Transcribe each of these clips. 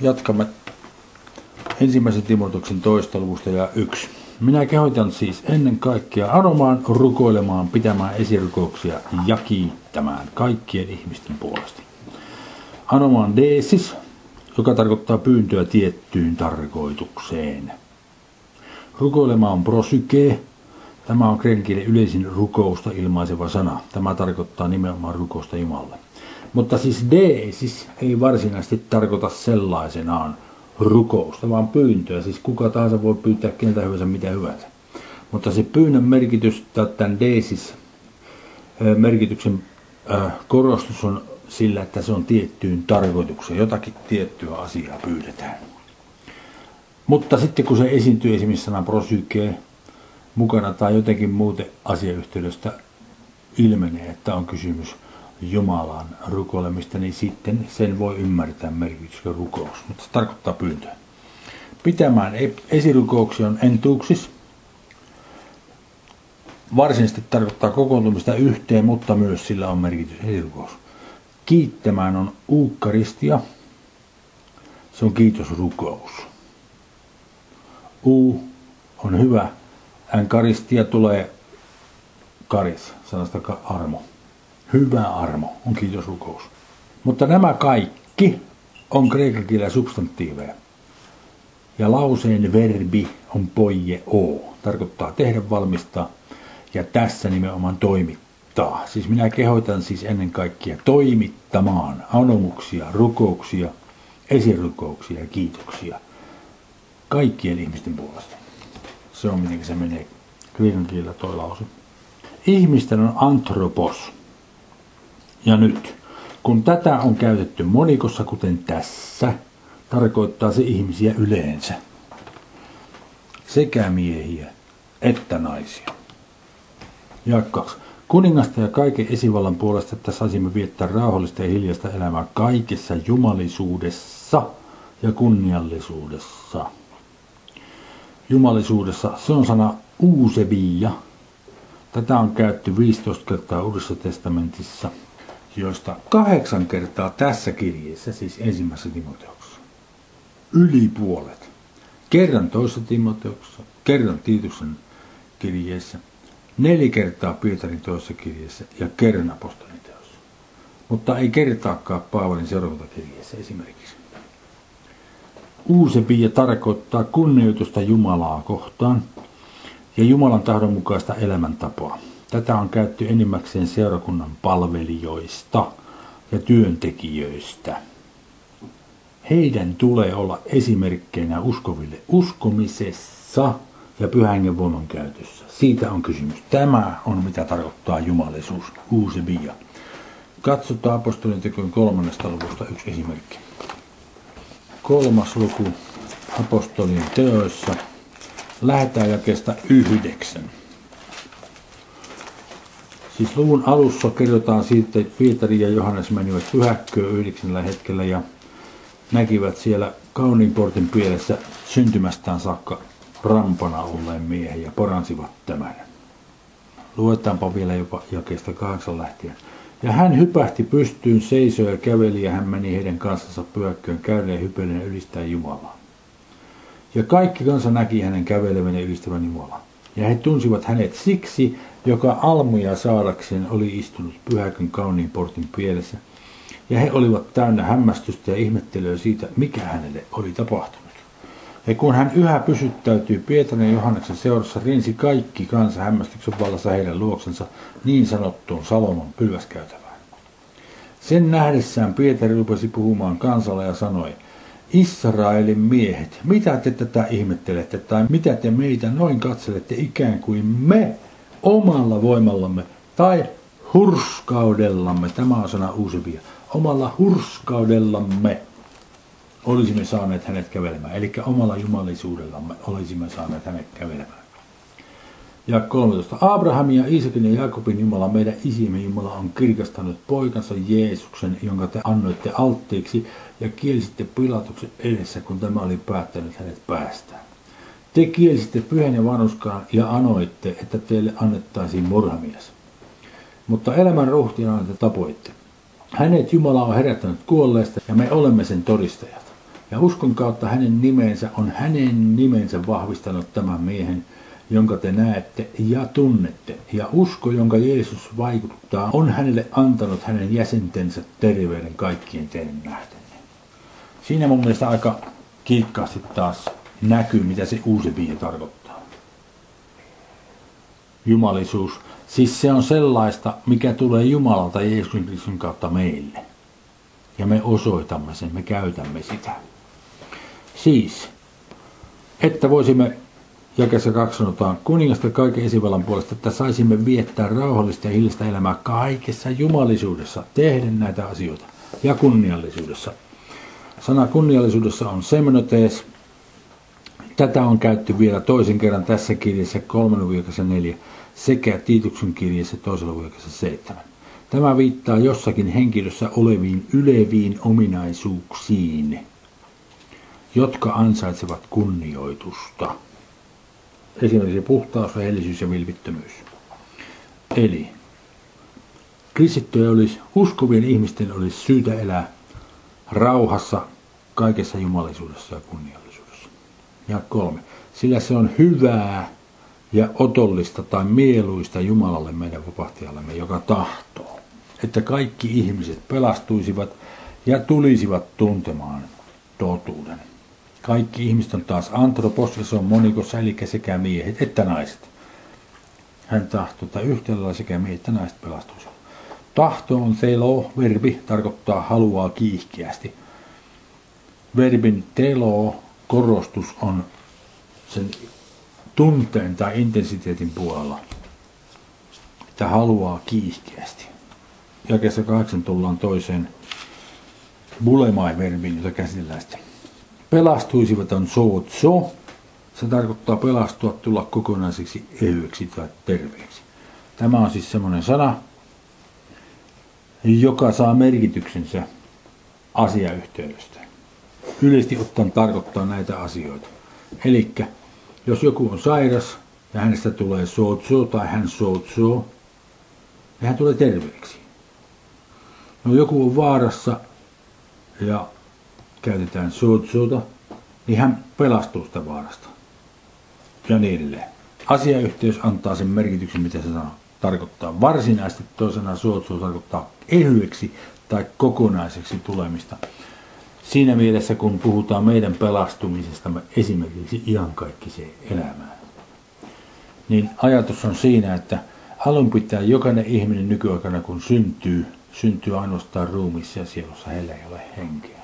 Jatkamme ensimmäisen Timoteuksen 2. luvusta ja 1. Minä kehotan siis ennen kaikkea anomaan, rukoilemaan, pitämään esirukouksia ja kiittämään kaikkien ihmisten puolesta. Anomaan deesis, joka tarkoittaa pyyntöä tiettyyn tarkoitukseen. Rukoilemaan prosyke, tämä on kreikan kielen yleisin rukousta ilmaiseva sana. Tämä tarkoittaa nimenomaan rukousta Jumalalle. Mutta siis deesis ei varsinaisesti tarkoita sellaisenaan rukousta, vaan pyyntöä. Siis kuka tahansa voi pyytää keneltä hyvänsä mitä hyvänsä. Mutta se pyynnön merkitys, tai tämän deesis merkityksen korostus on sillä, että se on tiettyyn tarkoitukseen. Jotakin tiettyä asiaa pyydetään. Mutta sitten kun se esiintyy esimerkiksi sana prosyke mukana tai jotenkin muuten asiayhteydestä ilmenee, että on kysymys Jumalan rukoilemista, niin sitten sen voi ymmärtää merkityksen rukous. Mutta se tarkoittaa pyyntöä. Pitämään esirukouksia on entuuksis. Varsinaisesti tarkoittaa kokoontumista yhteen, mutta myös sillä on merkitys esirukous. Kiittämään on uukkaristia. Se on kiitosrukous. On hyvä. Karistia tulee karis, sanasta armo. Hyvä armo on kiitosrukous. Mutta nämä kaikki on kreikan kielellä substantiiveja. Ja lauseen verbi on poieo. Tarkoittaa tehdä, valmistaa ja tässä nimenomaan toimittaa. Siis minä kehotan siis ennen kaikkea toimittamaan anomuksia, rukouksia, esirukouksia ja kiitoksia kaikkien ihmisten puolesta. Se on miten se menee kreikan kielellä toi lause. Ihmisten on anthropos. Ja nyt, kun tätä on käytetty monikossa, kuten tässä, tarkoittaa se ihmisiä yleensä. Sekä miehiä että naisia. Ja 2. Kuningasta ja kaiken esivallan puolesta, että saisimme viettää rauhallista ja hiljaista elämää kaikessa jumalisuudessa ja kunniallisuudessa. Jumalisuudessa, se on sana uusebia. Tätä on käytetty 15 kertaa Uudessa testamentissa, joista 8 kertaa tässä kirjeessä, siis ensimmäisessä Timoteuksessa. Yli puolet. Kerran toisessa Timoteuksessa, kerran Tiituksen kirjeessä, 4 kertaa Pietarin toisessa kirjeessä ja kerran apostolin teossa. Mutta ei kertaakaan Paavalin seurakuntakirjeessä esimerkiksi. Uusebia tarkoittaa kunnioitusta Jumalaa kohtaan ja Jumalan tahdon mukaista elämäntapaa. Tätä on käytetty enimmäkseen seurakunnan palvelijoista ja työntekijöistä. Heidän tulee olla esimerkkeinä uskoville uskomisessa ja pyhän hengen voiman käytössä. Siitä on kysymys. Tämä on mitä tarkoittaa jumalisuus, uusebia. Katsotaan apostolien tekojen 3. luvusta yksi esimerkki. 3. luku apostolien teoissa. Lähdetään jakeesta 9. Siis luvun alussa kerrotaan siitä, että Pietari ja Johannes menivät pyhäkköön 9. hetkellä ja näkivät siellä kauniin portin pielessä syntymästään saakka rampana olleen miehen ja paransivat tämän. Luetaanpa vielä jopa jakeesta 8 lähtien. Ja hän hypähti pystyyn, seisoi ja käveli ja hän meni heidän kanssansa pyhäkköön käydä ja hypellen ja ylistää Jumalaa. Ja kaikki kansa näki hänen kävelevän ja ylistävän Jumalaa. Ja he tunsivat hänet siksi, joka almuja saadakseen oli istunut pyhäkön kauniin portin pielessä. Ja he olivat täynnä hämmästystä ja ihmettelyä siitä, mikä hänelle oli tapahtunut. Ja kun hän yhä pysyttäytyi Pietarin ja Johanneksen seurassa, rinsi kaikki kansa hämmästyksen vallassa heidän luoksensa niin sanottuun Salomon pylväskäytävään. Sen nähdessään Pietari rupesi puhumaan kansalle ja sanoi, Israelin miehet, mitä te tätä ihmettelette tai mitä te meitä noin katselette ikään kuin me omalla voimallamme tai hurskaudellamme, tämä on sana uusibia, omalla hurskaudellamme olisimme saaneet hänet kävelemään, eli omalla jumalisuudellamme olisimme saaneet hänet kävelemään. Ja 13. Abrahamin ja Iisakin ja Jaakobin Jumala, meidän isimme Jumala, on kirkastanut poikansa Jeesuksen, jonka te annoitte alttiiksi ja kielsitte Pilatuksen edessä, kun tämä oli päättänyt hänet päästään. Te kielsitte pyhän ja vanhuskaan ja anoitte, että teille annettaisiin murhamies. Mutta elämän ruhtinaan te tapoitte. Hänet Jumala on herättänyt kuolleesta ja me olemme sen todistajat. Ja uskon kautta hänen nimensä vahvistanut tämän miehen, jonka te näette ja tunnette. Ja usko, jonka Jeesus vaikuttaa, on hänelle antanut hänen jäsentensä terveyden kaikkien teidän nähtenne. Siinä mun mielestä aika kiikkaasti taas näkyy, mitä se eusebia tarkoittaa. Jumalisuus. Siis se on sellaista, mikä tulee Jumalalta Jeesuksen Kristuksen kautta meille. Ja me osoitamme sen, me käytämme sitä. Siis, että voisimme, jakeessa 2 sanotaan, kuningasta kaiken esivallan puolesta, että saisimme viettää rauhallista ja hiljaista elämää kaikessa jumalisuudessa, tehdä näitä asioita ja kunniallisuudessa. Sana kunniallisuudessa on semnotees. Tätä on käytetty vielä toisen kerran tässä kirjassa 3.4 sekä Tiituksen kirjassa 2.7. Tämä viittaa jossakin henkilössä oleviin yleviin ominaisuuksiin, jotka ansaitsevat kunnioitusta. Esimerkiksi puhtaus, rehellisyys ja vilpittömyys. Eli kristittyjä uskovien ihmisten olisi syytä elää rauhassa kaikessa jumalisuudessa ja kunniallisuudessa. Ja 3. Sillä se on hyvää ja otollista tai mieluista Jumalalle meidän vapahtajallemme, joka tahtoo, että kaikki ihmiset pelastuisivat ja tulisivat tuntemaan totuuden. Kaikki ihmiset on taas antropos ja se on monikossa, eli sekä miehet että naiset. Hän tahtoo, että yhtä lailla sekä miehet että naiset pelastuisivat. Tahto on telo, verbi tarkoittaa haluaa kiihkeästi. Verbin telo korostus on sen tunteen tai intensiteetin puolella, että haluaa kiihkeästi. Jakeessa 8 tullaan toiseen bulemai-verbiin, jota käsitellään sitten. Pelastuisivat on sootso. Se tarkoittaa pelastua, tulla kokonaiseksi ehyeksi tai terveeksi. Tämä on siis semmoinen sana, joka saa merkityksensä asiayhteydestä. Yleisesti ottaen tarkoittaa näitä asioita. Eli jos joku on sairas ja hänestä tulee sootso tai hän sootsoo, ja hän tulee terveeksi. No joku on vaarassa ja käytetään sootsota, niin hän pelastuu sitä vaarasta. Ja niin edelleen. Asiayhteys antaa sen merkityksen, mitä se tarkoittaa. Varsinaisesti toisena sootsoo tarkoittaa ehyeksi tai kokonaiseksi tulemista. Siinä mielessä, kun puhutaan meidän pelastumisestamme esimerkiksi iankaikkiseen elämään, niin ajatus on siinä, että alun pitää jokainen ihminen nykyaikana, kun syntyy ainoastaan ruumiissa ja sielussa, heillä ei ole henkeä.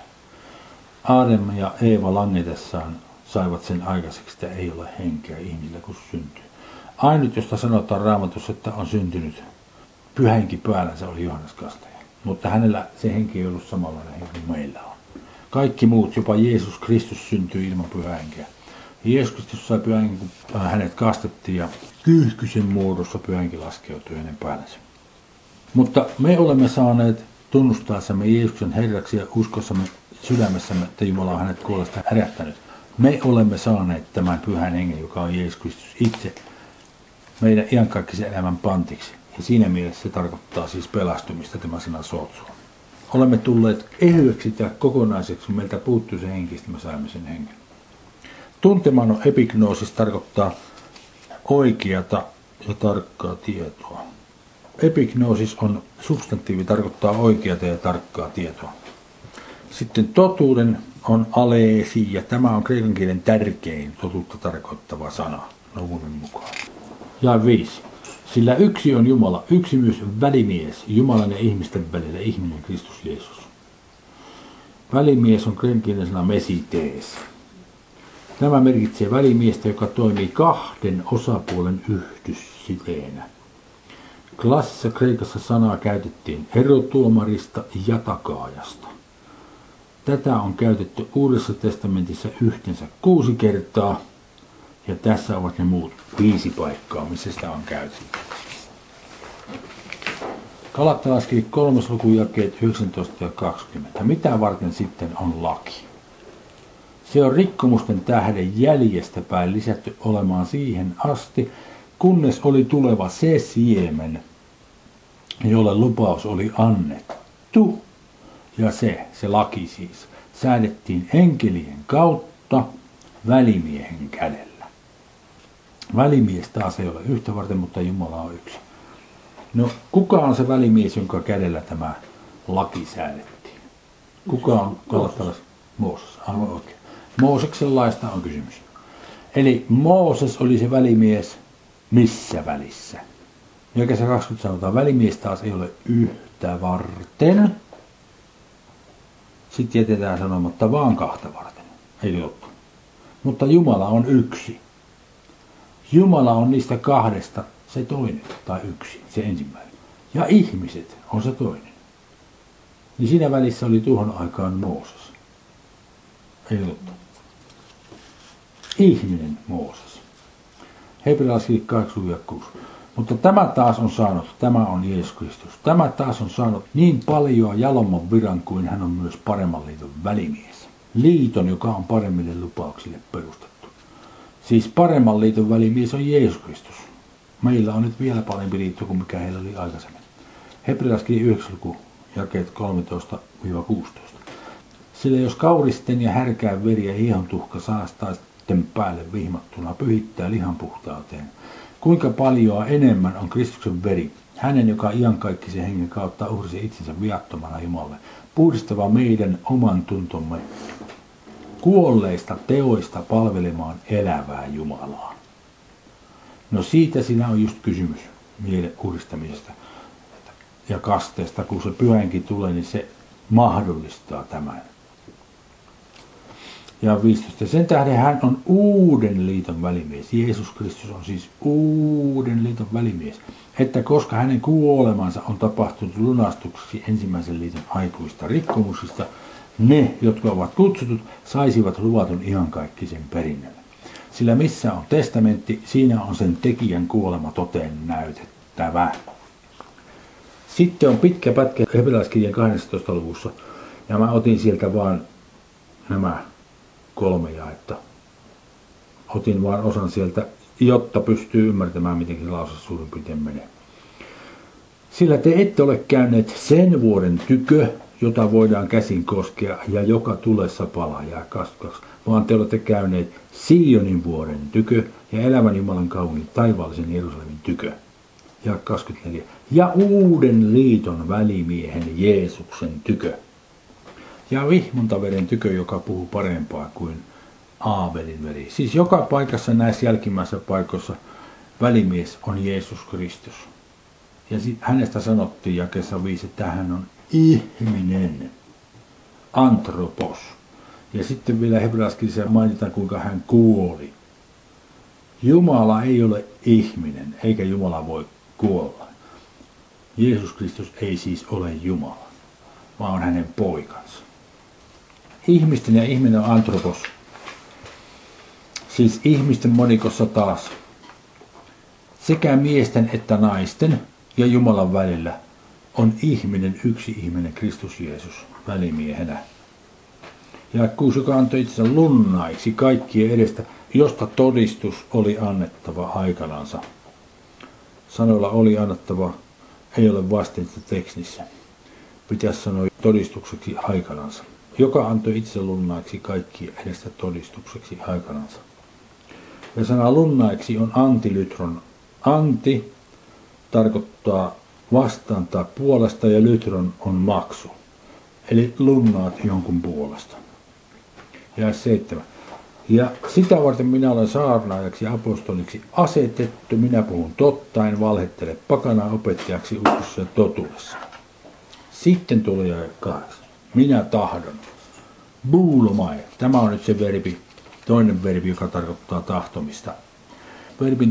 Aadam ja Eeva langetessaan saivat sen aikaiseksi, että ei ole henkeä ihmisillä, kun syntyy. Ainut, josta sanotaan Raamatussa, että on syntynyt pyhä henki päällä, se oli Johannes Kastaja. Mutta hänellä se henki ei ollut samanlainen henki kuin meillä on. Kaikki muut, jopa Jeesus Kristus syntyi ilman pyhää henkeä. Jeesus Kristus sai pyhä henki, kun hänet kastettiin ja kyyhkysen muodossa pyhä henki laskeutui hänen päällänsä. Mutta me olemme saaneet tunnustaessamme Jeesuksen Herraksi ja uskossamme sydämessämme, että Jumala on hänet kuolesta herättänyt. Me olemme saaneet tämän pyhän hengen, joka on Jeesus Kristus itse, meidän iankaikkisen elämän pantiksi. Ja siinä mielessä se tarkoittaa siis pelastumista, tämä sana sootso. Olemme tulleet ehyeksi tai kokonaiseksi, meiltä puuttuu se henki, me saimme sen hengen. Tuntemano epignoosis tarkoittaa oikeata ja tarkkaa tietoa. Epignoosis on substantiivi, tarkoittaa oikeata ja tarkkaa tietoa. Sitten totuuden on aleesi, ja tämä on kreikan kielen tärkein totuutta tarkoittava sana, Novumin mukaan. Ja 5. Sillä yksi on Jumala, yksi myös välimies, Jumalan ja ihmisten välillä, ihminen Kristus Jeesus. Välimies on kreikan kielen sana mesitees. Tämä merkitsee välimiestä, joka toimii kahden osapuolen yhdyssiteenä. Klassisessa kreikassa sanaa käytettiin erotuomarista ja takaajasta. Tätä on käytetty Uudessa testamentissa yhteensä 6 kertaa, ja tässä ovat ne muut 5 paikkaa, missä sitä on käytetty. Galattalaiskirje 3. luku jakeet 19 ja 20. Mitä varten sitten on laki? Se on rikkomusten tähden jäljestäpäin lisätty olemaan siihen asti, kunnes oli tuleva se siemen, jolle lupaus oli annettu. Ja se laki siis, säädettiin enkelien kautta välimiehen kädellä. Välimies taas ei ole yhtä varten, mutta Jumala on yksi. No, kuka on se välimies, jonka kädellä tämä laki säädettiin? Kuka on kaltalas? Mooses, aivan oikein. Mooseksen laista on kysymys. Eli Mooses oli se välimies missä välissä? Jakeessa 20 sanotaan, välimies taas ei ole yhtä varten. Sitten jätetään sanomatta vaan kahta varten. Ei totta. Mutta Jumala on yksi. Jumala on niistä kahdesta se toinen tai yksi, se ensimmäinen. Ja ihmiset on se toinen. Niin siinä välissä oli tuohon aikaan Mooses. Ei totta. Ihminen Mooses. Hebrealaiskirje 8:6. Mutta tämä taas on saanut, tämä on Jeesus Kristus. Tämä taas on saanut niin paljon jalomman viran kuin hän on myös paremman liiton välimies. Liiton, joka on paremmille lupauksille perustettu. Siis paremman liiton välimies on Jeesus Kristus. Meillä on nyt vielä parempi liitto kuin mikä heillä oli aikaisemmin. Hebrealaiskirje 9, jakeet 13-16. Sillä jos kauristen ja härkään veri ja hiehontuhka saastaa sitten päälle vihmattuna pyhittää lihan puhtauteen, kuinka paljon enemmän on Kristuksen veri, hänen joka iankaikkisen hengen kautta uhrisi itsensä viattomana Jumalalle, puhdistava meidän oman tuntomme kuolleista teoista palvelemaan elävää Jumalaa. No siitä siinä on just kysymys mielen uudistamisesta ja kasteesta. Kun se pyhänkin tulee, niin se mahdollistaa tämän. Ja 15. Sen tähden hän on uuden liiton välimies. Jeesus Kristus on siis uuden liiton välimies. Että koska hänen kuolemansa on tapahtunut lunastukseksi ensimmäisen liiton aikuista rikkomuksista, ne, jotka ovat kutsutut, saisivat luvatun iankaikkisen perinnön. Sillä missä on testamentti, siinä on sen tekijän kuolema toteen näytettävä. Sitten on pitkä pätkä Hebrealaiskirjeen 12. luvussa, ja mä otin sieltä vaan nämä 3 jaetta. Otin vaan osan sieltä, jotta pystyy ymmärtämään, miten se lause suurin piirtein menee. Sillä te ette ole käyneet sen vuoden tykö, jota voidaan käsin koskea ja joka tulessa palaa, ja 22, vaan te olette käyneet Sionin vuoden tykö ja elävän Jumalan kauniin taivaallisen Jerusalemin tykö. Ja 24. Ja uuden liiton välimiehen Jeesuksen tykö. Ja vihmontaveren tykö, joka puhuu parempaa kuin Aabelin veri. Siis joka paikassa näissä jälkimmäisissä paikoissa välimies on Jeesus Kristus. Ja hänestä sanottiin jakeessa 5, että hän on ihminen, antropos. Ja sitten vielä hebrealaiskirjassa mainitaan, kuinka hän kuoli. Jumala ei ole ihminen, eikä Jumala voi kuolla. Jeesus Kristus ei siis ole Jumala, vaan on hänen poikansa. Ihmisten ja ihminen on antropos. Siis ihmisten monikossa taas sekä miesten että naisten ja Jumalan välillä on ihminen, yksi ihminen, Kristus Jeesus, välimiehenä. Ja kuusi, joka antoi itsensä lunnaiksi kaikkien edestä, josta todistus oli annettava aikanansa. Sanoilla oli annettava, ei ole vastinta tekstissä. Pitäisi sanoa todistukseksi aikanansa. Joka antoi itsensä lunnaiksi kaikkien edestä todistukseksi aikanansa. Ja sana lunnaiksi on antilytron. Anti tarkoittaa vastaan tai puolesta ja lytron on maksu. Eli lunnaat jonkun puolesta. Ja 7. Ja sitä varten minä olen saarnaajaksi ja apostoliksi asetettu. Minä puhun totta, en valhettele pakanaa opettajaksi uskossa ja totuudessa. Sitten tulee jae 8. Minä tahdon. Boulomai. Tämä on nyt se verbi, toinen verbi, joka tarkoittaa tahtomista. Verbin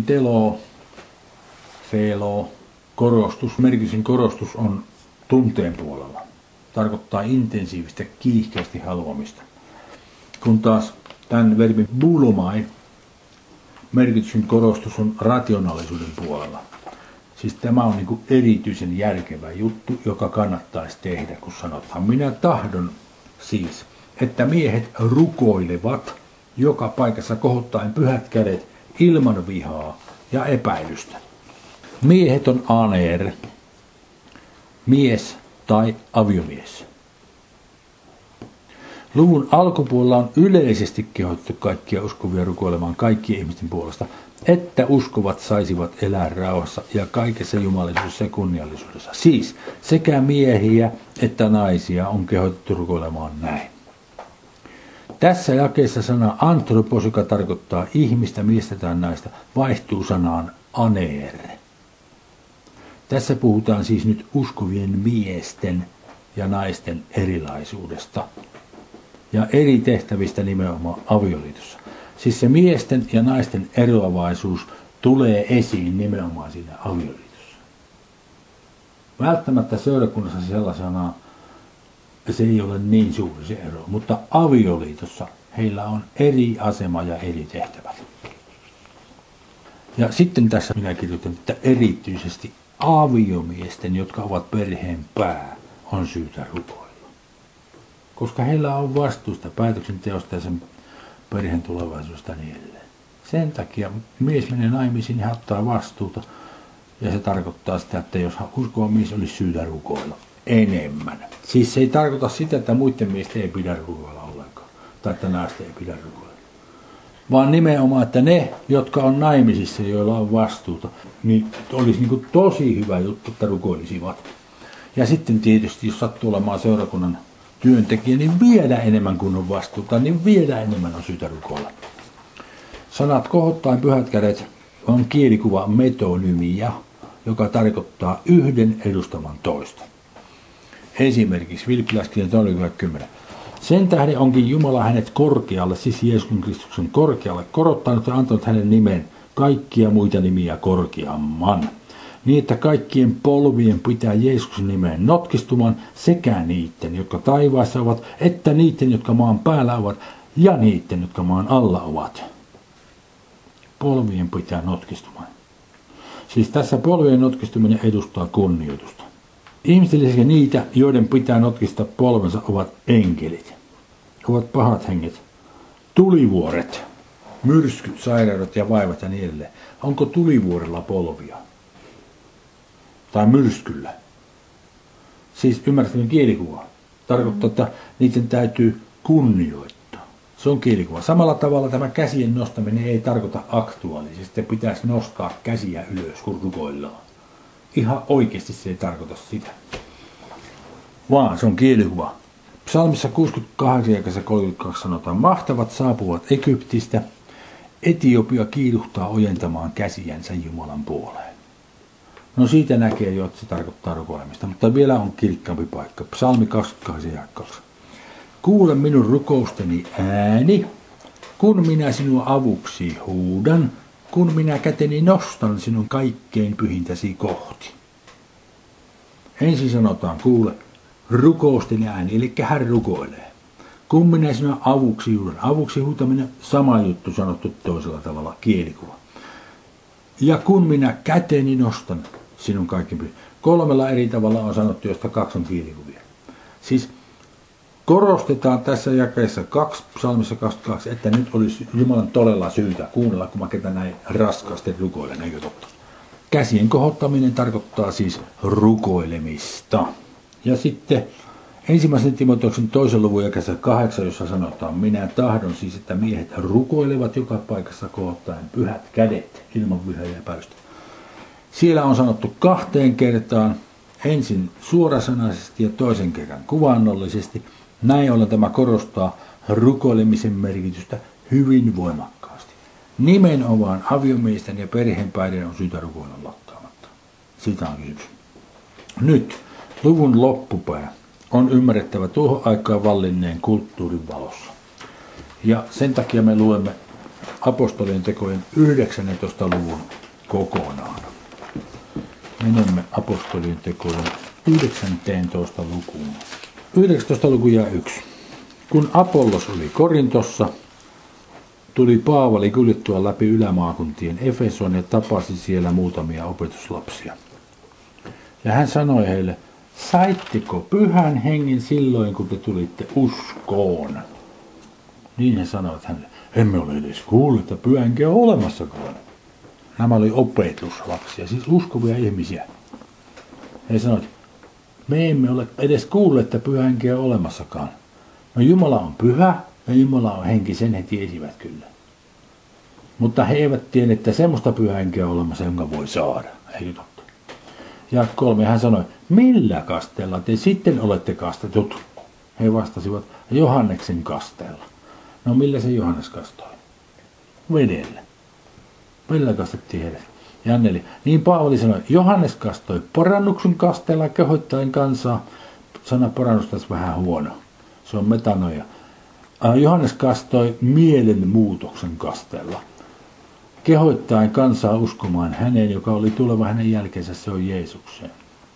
felo, korostus, merkityksen korostus on tunteen puolella. Tarkoittaa intensiivistä, kiihkeästi haluamista. Kun taas tämän verbin boulomai, merkityksen korostus on rationaalisuuden puolella. Siis tämä on niin kuin erityisen järkevä juttu, joka kannattaisi tehdä, kun sanotaan. Minä tahdon siis, että miehet rukoilevat joka paikassa kohottaen pyhät kädet ilman vihaa ja epäilystä. Miehet on aner, mies tai aviomies. Luvun alkupuolella on yleisesti kehotettu kaikkia uskovia rukoilemaan kaikkien ihmisten puolesta, että uskovat saisivat elää rauhassa ja kaikessa jumalisuudessa ja kunniallisuudessa. Siis sekä miehiä että naisia on kehotettu rukoilemaan näin. Tässä jakeessa sana antropos, joka tarkoittaa ihmistä, miestä tai naista, vaihtuu sanaan aner. Tässä puhutaan siis nyt uskovien miesten ja naisten erilaisuudesta ja eri tehtävistä nimenomaan avioliitossa. Siis se miesten ja naisten eroavaisuus tulee esiin nimenomaan siinä avioliitossa. Välttämättä seurakunnassa sellaisena se ei ole niin suuri se ero, mutta avioliitossa heillä on eri asema ja eri tehtävät. Ja sitten tässä minä kirjoitan, että erityisesti aviomiesten, jotka ovat perheen pää, on syytä rukoilla. Koska heillä on vastuusta päätöksenteosta ja sen perheen tulevaisuudesta niin edelleen. Sen takia mies menee naimisiin ja ottaa vastuuta. Ja se tarkoittaa sitä, että jos uskoo mies, olisi syytä rukoilla enemmän. Siis se ei tarkoita sitä, että muiden miesten ei pidä rukoilla ollenkaan. Tai että naisten ei pidä rukoilla. Vaan nimenomaan, että ne, jotka on naimisissa, joilla on vastuuta, niin olisi niin kuin tosi hyvä juttu, että rukoilisivat. Ja sitten tietysti, jos sattuu olemaan seurakunnan työntekijä, niin vielä enemmän kuin on vastuuta, niin vielä enemmän on syytä rukoilla. Sanat kohottaen pyhät kädet on kielikuva metonymia, joka tarkoittaa yhden edustavan toista. Esimerkiksi Filippiläiskirjan 3:10. Sen tähden onkin Jumala hänet korkealle, siis Jeesuksen Kristuksen korkealle, korottanut ja antanut hänen nimen kaikkia muita nimiä korkeamman. Niin, että kaikkien polvien pitää Jeesuksen nimeen notkistumaan sekä niiden, jotka taivaassa ovat, että niiden, jotka maan päällä ovat, ja niiden, jotka maan alla ovat. Polvien pitää notkistumaan. Siis tässä polvien notkistuminen edustaa kunnioitusta. Ihmisten lisäksi niitä, joiden pitää notkistaa polvensa, ovat enkelit, ovat pahat henget, tulivuoret, myrskyt, sairaudet ja vaivat ja niin edelleen. Onko tulivuorella polvia? Tai myrskyllä? Siis ymmärrätkö kielikuvaa? Tarkoittaa, että niiden täytyy kunnioittaa. Se on kielikuva. Samalla tavalla tämä käsien nostaminen ei tarkoita aktuaalisesti. Pitäisi nostaa käsiä ylös, kun rukoillaan. Ihan oikeasti se ei tarkoita sitä. Vaan se on kielikuva. Psalmissa 68 ja 32 sanotaan, mahtavat saapuvat Egyptistä, Etiopia kiiluhtaa ojentamaan käsiänsä Jumalan puoleen. No siitä näkee jo, että se tarkoittaa rukoilemista, mutta vielä on kirkkaampi paikka. Psalmi 28 ja 2. Kuule minun rukousteni ääni, kun minä sinua avuksi huudan, kun minä käteni nostan sinun kaikkein pyhintäsi kohti. Ensin sanotaan, kuule rukousteni ääni, eli hän rukoilee. Kun minä sinua avuksi huudan, avuksi huutaminen, sama juttu sanottu toisella tavalla, kielikuva. Ja kun minä käteni nostan sinun kaikkein pyhintäsi. 3 eri tavalla on sanottu, josta 2 on kielikuvia. Siis korostetaan tässä jakeessa 2, psalmissa 22, että nyt olisi Jumalan todella syytä kuunnella, kun mä ketä näin raskaasti rukoilen, eikö totta? Käsien kohottaminen tarkoittaa siis rukoilemista. Ja sitten ensimmäisen Timoteuksen 2. luvun jakeessa 8, jossa sanotaan, minä tahdon siis, että miehet rukoilevat joka paikassa kohottaen pyhät kädet ilman vihaa ja epäilystä. Siellä on sanottu 2 kertaan, ensin suorasanaisesti ja toisen kerran kuvannollisesti. Näin ollen tämä korostaa rukoilemisen merkitystä hyvin voimakkaasti. Nimenomaan aviomiesten ja perheenpäiden on syytä rukoilla lakkaamatta. Siitä on kysymys. Nyt luvun loppupää on ymmärrettävä tuohon aikaan vallinneen kulttuurin valossa. Ja sen takia me luemme apostolien tekojen 19. luvun kokonaan. Menemme apostolien tekojen 19. lukuun. 19. luku ja 1. Kun Apollos oli Korintossa, tuli Paavali kuljettua läpi ylämaakuntien Efeson ja tapasi siellä muutamia opetuslapsia. Ja hän sanoi heille, saitteko pyhän hengen silloin, kun te tulitte uskoon? Niin he sanoivat hänelle, emme ole edes kuulleet, että pyhä henki on olemassakaan. Nämä oli opetuslapsia, siis uskovia ihmisiä. He sanoivat, me emme ole edes kuulleet, että pyhä henki on olemassakaan. No Jumala on pyhä ja Jumala on henki, sen he tiesivät kyllä. Mutta he eivät tiedä, että semmoista pyhää henkeä on olemassa, jonka voi saada. Eikö totta? Ja 3 hän sanoi, millä kasteella te sitten olette kastetut? He vastasivat, Johanneksen kasteella. No millä se Johannes kastoi? Vedellä. Vedellä kastettiin heidät. Ja 4. Niin Paavali sanoi, Johannes kastoi parannuksen kasteella kehoittaen kansaa. Sana parannus tässä vähän huono. Se on metanoja. Johannes kastoi mielenmuutoksen kasteella. Kehoittaen kansaa uskomaan häneen, joka oli tuleva hänen jälkeensä, se on Jeesukseen.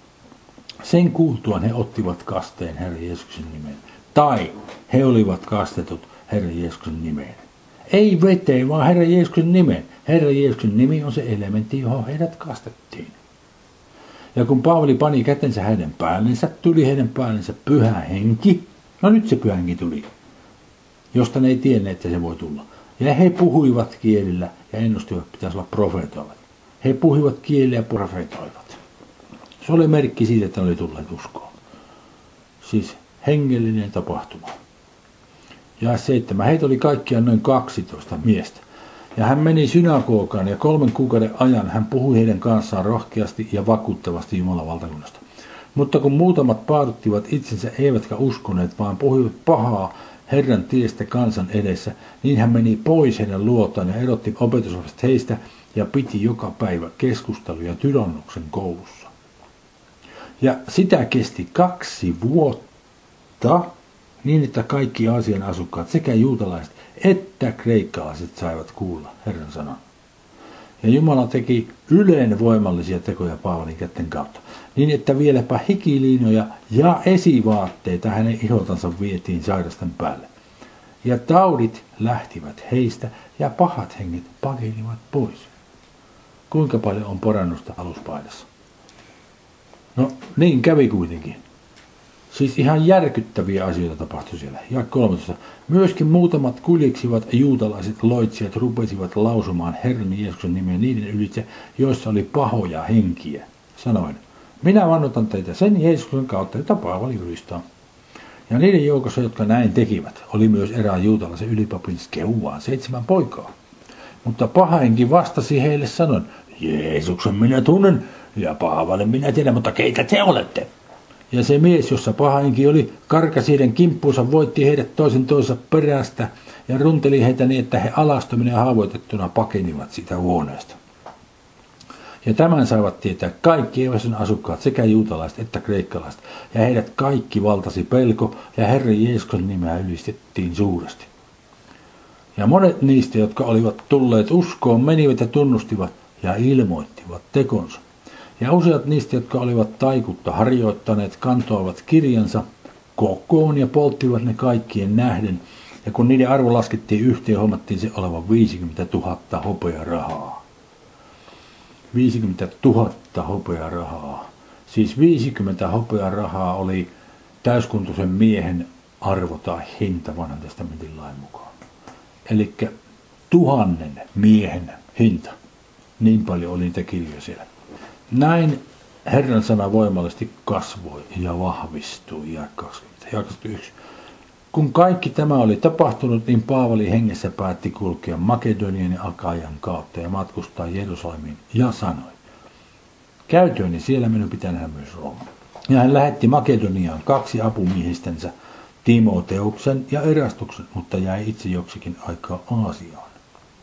Sen kuultuaan he ottivat kasteen Herran Jeesuksen nimeen. Tai he olivat kastetut Herran Jeesuksen nimeen. Ei veteen, vaan Herran Jeesuksen nimeen. Herran Jeesuksen nimi on se elementti, johon heidät kastettiin. Ja kun Paavali pani kätensä heidän päällensä, tuli heidän päällensä pyhä henki. No nyt se pyhä henki tuli, josta ne ei tienneet, että se voi tulla. Ja he puhuivat kielillä ja ennustivat, että pitäisi olla profeetoivat. He puhuivat kielillä ja profeetoivat. Se oli merkki siitä, että ne oli tulleet uskoon. Siis hengellinen tapahtuma. Ja 7. Heitä oli kaikkiaan noin 12 miestä. Ja hän meni synagogaan ja 3 kuukauden ajan hän puhui heidän kanssaan rohkeasti ja vakuuttavasti Jumalan valtakunnasta. Mutta kun muutamat paaduttivat itsensä eivätkä uskoneet, vaan puhuivat pahaa Herran tiestä kansan edessä, niin hän meni pois heidän luotaan ja erotti opetuslapset heistä ja piti joka päivä keskusteluja Tyrannuksen koulussa. Ja sitä kesti 2 vuotta, niin että kaikki Aasian asukkaat, sekä juutalaiset että kreikkalaiset saivat kuulla Herran sanan. Ja Jumala teki ylenvoimallisia tekoja Paavalin kätten kautta, niin että vieläpä hikiliinoja ja esivaatteita hänen iholtansa vietiin sairasten päälle. Ja taudit lähtivät heistä ja pahat henget pakenivat pois. Kuinka paljon on parannusta aluspaidassa? No niin kävi kuitenkin. Siis ihan järkyttäviä asioita tapahtui siellä. Ja 13. Myöskin muutamat kuljeksivat juutalaiset loitsijat rupesivat lausumaan Herran Jeesuksen nimen niiden ylitse, joissa oli pahoja henkiä. Sanoin, minä vannotan teitä sen Jeesuksen kautta, jota Paavali ylistää. Ja niiden joukossa, jotka näin tekivät, oli myös erään juutalaisen ylipapin Skeuvaan 7 poikaa. Mutta paha henki vastasi heille sanoen, Jeesuksen minä tunnen ja Paavalin minä tiedän, mutta keitä te olette? Ja se mies, jossa paha henki oli, karkasi heidän kimppuunsa, voitti heidät toisensa perästä ja runteli heitä niin, että he alastominen ja haavoitettuna pakenivat siitä huoneesta. Ja tämän saivat tietää kaikki Efeson asukkaat, sekä juutalaiset että kreikkalaiset, ja heidät kaikki valtasi pelko, ja Herran Jeesuksen nimeä ylistettiin suuresti. Ja monet niistä, jotka olivat tulleet uskoon, menivät ja tunnustivat ja ilmoittivat tekonsa. Ja useat niistä, jotka olivat taikuutta harjoittaneet, kantoivat kirjansa kokoon ja polttivat ne kaikkien nähden. Ja kun niiden arvo laskettiin yhteen, huomattiin se olevan 50 000 hopearahaa. 50 000 hopearahaa. Siis 50 hopearahaa oli täyskuntoisen miehen arvo tai hinta vanhan testamentin lain mukaan. Eli 1000 miehen hinta. Niin paljon oli niitä kirjoja siellä. Näin Herran sana voimallisesti kasvoi ja vahvistui. Ja 21. Kun kaikki tämä oli tapahtunut, niin Paavali hengessä päätti kulkea Makedonian ja Akajan kautta ja matkustaa Jerusalemiin ja sanoi, käytyäni siellä minun pitää nähdä myös Rooma. Ja hän lähetti Makedoniaan 2 apumiehistänsä, Timoteuksen ja Erastuksen, mutta jäi itse joksikin aikaa Aasiaan.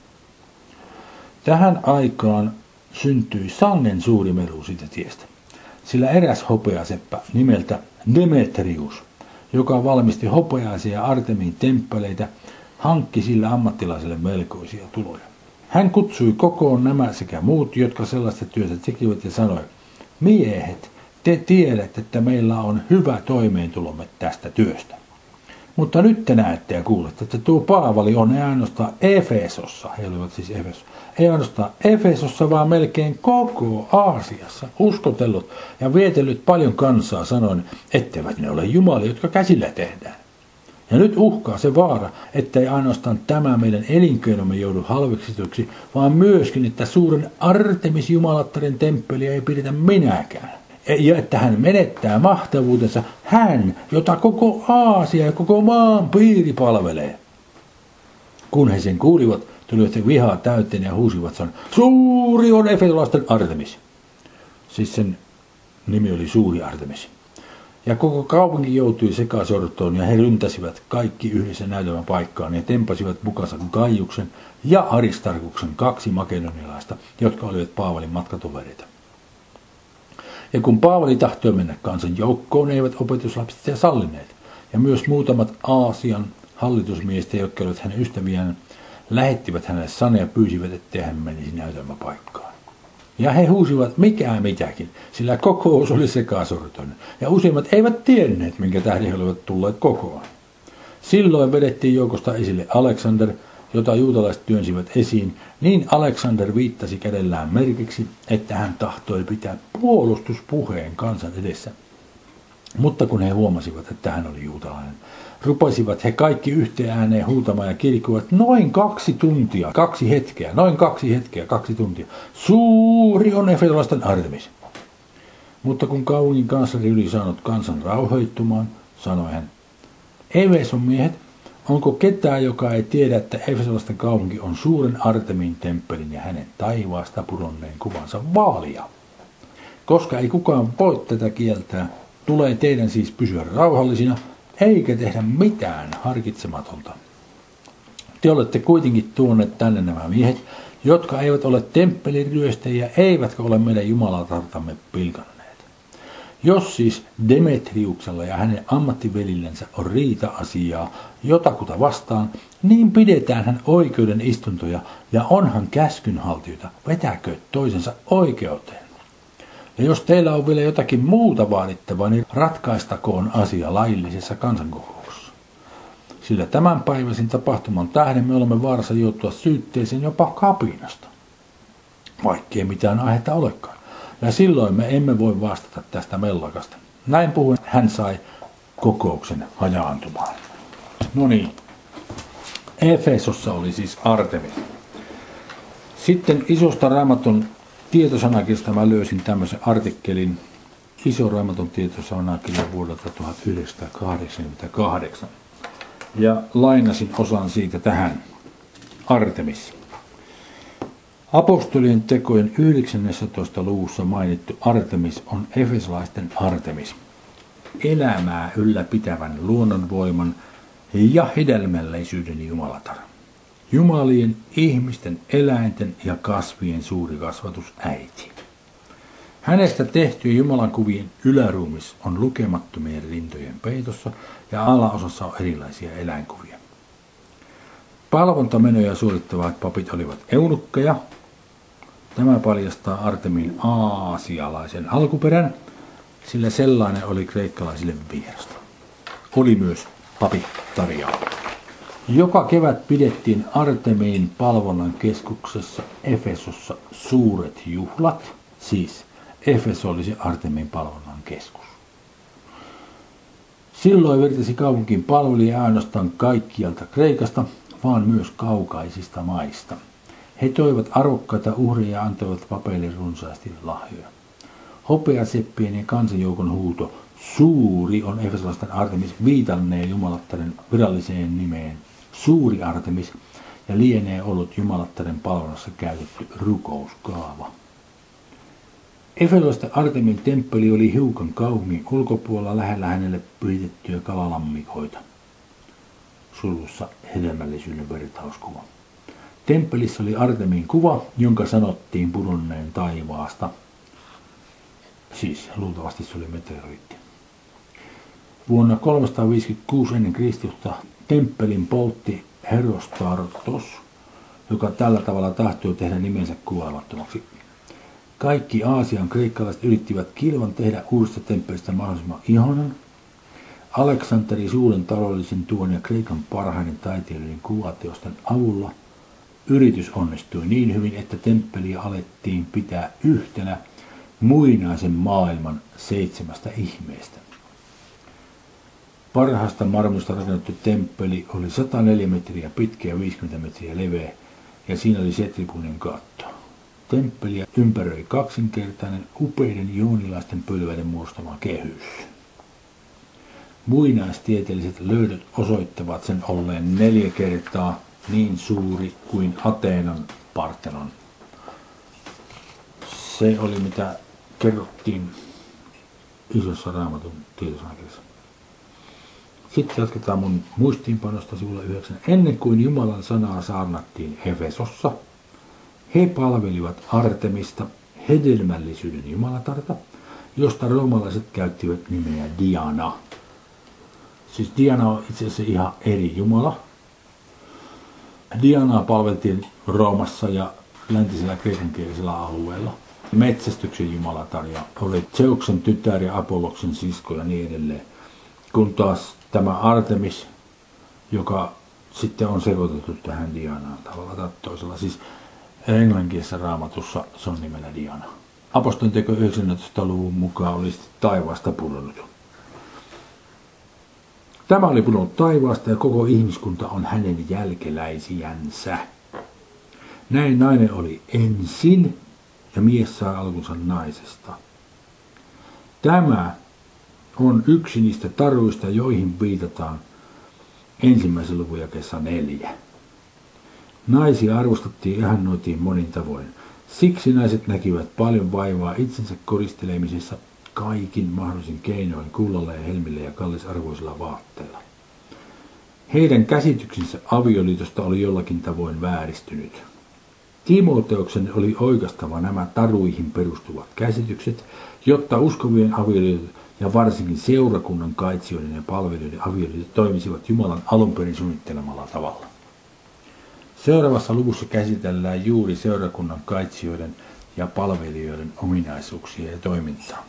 Tähän aikaan syntyi sangen suuri melu siitä tiestä, sillä eräs hopeaseppä nimeltä Demetrius, joka valmisti hopeaisia Artemiin temppeleitä, hankki sillä ammattilaiselle melkoisia tuloja. Hän kutsui kokoon nämä sekä muut, jotka sellaista työtä tekivät ja sanoi, miehet, te tiedätte, että meillä on hyvä toimeentulomme tästä työstä. Mutta nyt te näette ja kuulette, että tuo Paavali on ei ainoastaan Efesossa, he olivat siis Efesossa, ei ainoastaan Efesossa, vaan melkein koko Aasiassa uskotellut ja vietellyt paljon kansaa sanoen, etteivät ne ole jumalia, jotka käsillä tehdään. Ja nyt uhkaa se vaara, ettei ainoastaan tämä meidän elinkeinomme joudu halveksituksi, vaan myöskin, että suuren Artemis-jumalattaren temppeliä ei pidetä minäkään. ja että hän menettää mahtavuutensa, hän, jota koko Aasia ja koko maan piiri palvelee. Kun he sen kuulivat, tulivat he vihaa täyteen ja huusivat sanon, suuri on efesolaisten Artemis. Siis sen nimi oli Suuri Artemis. Ja koko kaupunki joutui sekasortoon ja he ryntäsivät kaikki yhdessä näytelmän paikkaan ja tempasivat mukansa Gaiuksen ja Aristarkuksen 2 makedonialaista, jotka olivat Paavalin matkatovereita. Ja kun Paavali tahtoi mennä kansan joukkoon, eivät opetuslapset sitä sallineet. Ja myös muutamat Aasian hallitusmiestä, jotka olivat hänen ystäviään, lähettivät hänelle sanaa ja pyysivät, ettei hän menisi näytelmäpaikkaan. Ja he huusivat mikään mitäkin, sillä kokous oli sekasortoinen, ja useimmat eivät tienneet, minkä tähden he olivat tulleet kokoon. Silloin vedettiin joukosta esille Aleksander, jota juutalaiset työnsivät esiin, niin Aleksander viittasi kädellään merkiksi, että hän tahtoi pitää puolustuspuheen kansan edessä. Mutta kun he huomasivat, että hän oli juutalainen, rupesivat he kaikki yhteen ääneen huutamaan ja kirkkuivat noin 2 tuntia, 2 hetkeä, 2 tuntia. Suuri on efesolaisten Artemis. Mutta kun kaupungin kansleri oli saanut kansan rauhoittumaan, sanoi hän, Efeson miehet, onko ketään, joka ei tiedä, että Efesolaisten kaupunki on suuren Artemin temppelin ja hänen taivaasta pudonneen kuvansa vaalia? Koska ei kukaan voi tätä kieltää, tulee teidän siis pysyä rauhallisina, eikä tehdä mitään harkitsematonta. Te olette kuitenkin tuoneet tänne nämä miehet, jotka eivät ole temppelin ryöstäjiä, eivätkä ole meidän jumalatartamme pilkanneet. Jos siis Demetriuksella ja hänen ammattivelillänsä on riita-asiaa jotakuta vastaan, niin pidetään hän oikeuden istuntoja ja onhan käskynhaltijoita, vetäkö toisensa oikeuteen. Ja jos teillä on vielä jotakin muuta vaadittavaa, niin ratkaistakoon asia laillisessa kansankokouksessa. Sillä tämänpäiväisen tapahtuman tähden me olemme vaarassa joutua syytteeseen jopa kapinasta, vaikkei mitään aihetta olekaan. Ja silloin me emme voi vastata tästä mellakasta. Näin puhuen hän sai kokouksen hajaantumaan. No niin, Efesossa oli siis Artemis. Sitten isosta Raamatun tietosanakirjasta mä löysin tämmöisen artikkelin, Iso Raamatun tietosanakirja vuodelta 1988. Ja lainasin osan siitä tähän. Artemis. Apostolien tekojen 19. luvussa mainittu Artemis on efesolaisten Artemis. Elämää ylläpitävän luonnonvoiman ja hedelmällisyyden jumalatar. Jumalien, ihmisten, eläinten ja kasvien suuri kasvatusäiti. Hänestä tehtyjen Jumalan kuvien yläruumis on lukemattomien rintojen peitossa ja alaosassa on erilaisia eläinkuvia. Palvontamenoja suorittavat papit olivat eunukkeja. Tämä paljastaa Artemin aasialaisen alkuperän, sillä sellainen oli kreikkalaisille vierasta. Oli myös papittariaa. Joka kevät pidettiin Artemiin palvonnan keskuksessa Efesossa suuret juhlat, siis Efeso oli se Artemin palvonnan keskus. Silloin virtasi kaupunkiin palvelija ainoastaan kaikkialta Kreikasta, vaan myös kaukaisista maista. He toivat arvokkaita uhreja ja antoivat papeille runsaasti lahjoja. Hopeaseppien ja kansanjoukon huuto, suuri on efesolaisten Artemis, viitannee jumalattaren viralliseen nimeen Suuri Artemis ja lienee ollut jumalattaren palvonnassa käytetty rukouskaava. Efesolaisten Artemin temppeli oli hiukan kaupungin ulkopuolella lähellä hänelle pyhitettyjä kalalammikoita. Sulussa hedelmällisyyden vertauskuva. Temppelissä oli Artemin kuva, jonka sanottiin pudonneen taivaasta. Siis luultavasti se oli meteoriitti. Vuonna 356 ennen Kristusta temppelin poltti Herostratos, joka tällä tavalla tahtoi tehdä nimensä kuolemattomaksi. Kaikki Aasian kreikkalaiset yrittivät kilvan tehdä uudesta temppelistä mahdollisimman ihanan. Aleksanteri suuren taloudellisen tuon ja Kreikan parhaiden taiteilijoiden kuvateosten avulla yritys onnistui niin hyvin, että temppeliä alettiin pitää yhtenä muinaisen maailman 7 ihmeestä. Parhaasta marmorista rakennettu temppeli oli 104 metriä pitkä ja 50 metriä leveä, ja siinä oli 7-puinen katto. Temppeliä ympäröi kaksinkertainen upeiden joonilaisten pylväiden muodostama kehys. Muinaistieteelliset löydöt osoittavat sen olleen 4 kertaa niin suuri kuin Ateenan Parthenon. Se oli mitä kerrottiin Isossa Raamatun tietosanakirjassa. Sitten jatketaan mun muistiinpanosta sivulla 9. Ennen kuin Jumalan sanaa saarnattiin Efesossa, he palvelivat Artemista, hedelmällisyyden jumalatarta, josta roomalaiset käyttivät nimeä Diana. Siis Diana on itse asiassa ihan eri jumala. Dianaa palveltiin Roomassa ja läntisellä kreikankielisellä alueella. Metsästyksen jumalatar ja oli Zeuksen tytär ja Apolloksen sisko ja niin edelleen. Kun taas tämä Artemis, joka sitten on sekoitettu tähän Dianaan tavalla tai toisella. Siis englanninkielisessä Raamatussa se on nimellä Diana. Apostolintekojen 19. luvun mukaan oli taivaasta pudonnut. Tämä oli pudonnut taivaasta ja koko ihmiskunta on hänen jälkeläisiänsä. Näin nainen oli ensin ja mies saa alkunsa naisesta. Tämä on yksi niistä taruista, joihin viitataan ensimmäisen luvun jakeessa 4. Naisia arvostettiin ja ihannoitiin monin tavoin. Siksi naiset näkivät paljon vaivaa itsensä koristelemisessa kaikin mahdollisin keinoin kullalla ja helmillä ja kallisarvoisilla vaatteilla. Heidän käsityksensä avioliitosta oli jollakin tavoin vääristynyt. Timoteoksen oli oikaistava nämä taruihin perustuvat käsitykset, jotta uskovien avioliitot ja varsinkin seurakunnan kaitsijoiden ja palvelijoiden avioliitot toimisivat Jumalan alunperin suunnittelemalla tavalla. Seuraavassa luvussa käsitellään juuri seurakunnan kaitsijoiden ja palvelijoiden ominaisuuksia ja toimintaa.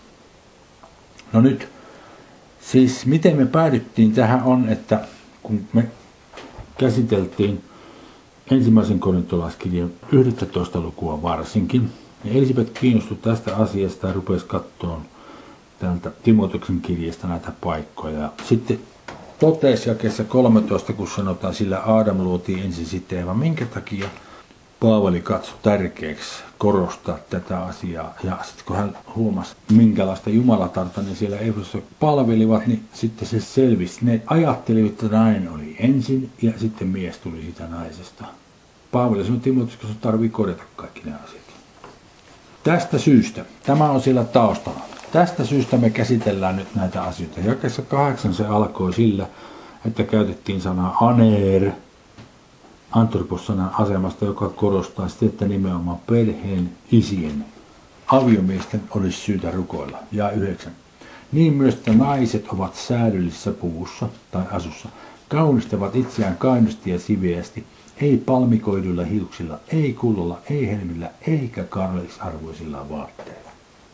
No nyt, siis miten me päädyttiin tähän on, että kun me käsiteltiin ensimmäisen korintolaiskirjan 11. lukua varsinkin, ja Elisabeth kiinnostui tästä asiasta ja rupesi katsomaan täältä Timoteoksen kirjasta näitä paikkoja. Ja sitten totesi jakeessa 13, kun sanotaan, sillä Aadam luotiin ensin sitten Eeva, minkä takia Paavali katsoi tärkeäksi korostaa tätä asiaa. Ja sitten kun hän huomasi, minkälaista jumalatarta ne siellä Efesossa palvelivat, niin sitten se selvisi. Ne ajattelivat, että nainen oli ensin ja sitten mies tuli siitä naisesta. Paavali sanoi Timoteoksessa, että tarvitsee korjata kaikki nämä asiat. Tästä syystä, tämä on siellä taustalla, tästä syystä me käsitellään nyt näitä asioita. Jakeessa 8 se alkoi sillä, että käytettiin sanaa aner, antropos-sanan asemasta, joka korostaa sitä, että nimenomaan perheen, isien, aviomiesten olisi syytä rukoilla. Ja 9. Niin myös, että naiset ovat säädyllisessä puvussa tai asussa, kaunistavat itseään kainosti ja siveästi, ei palmikoiduilla hiuksilla, ei kullalla, ei helmillä, eikä kallisarvoisilla vaatteilla.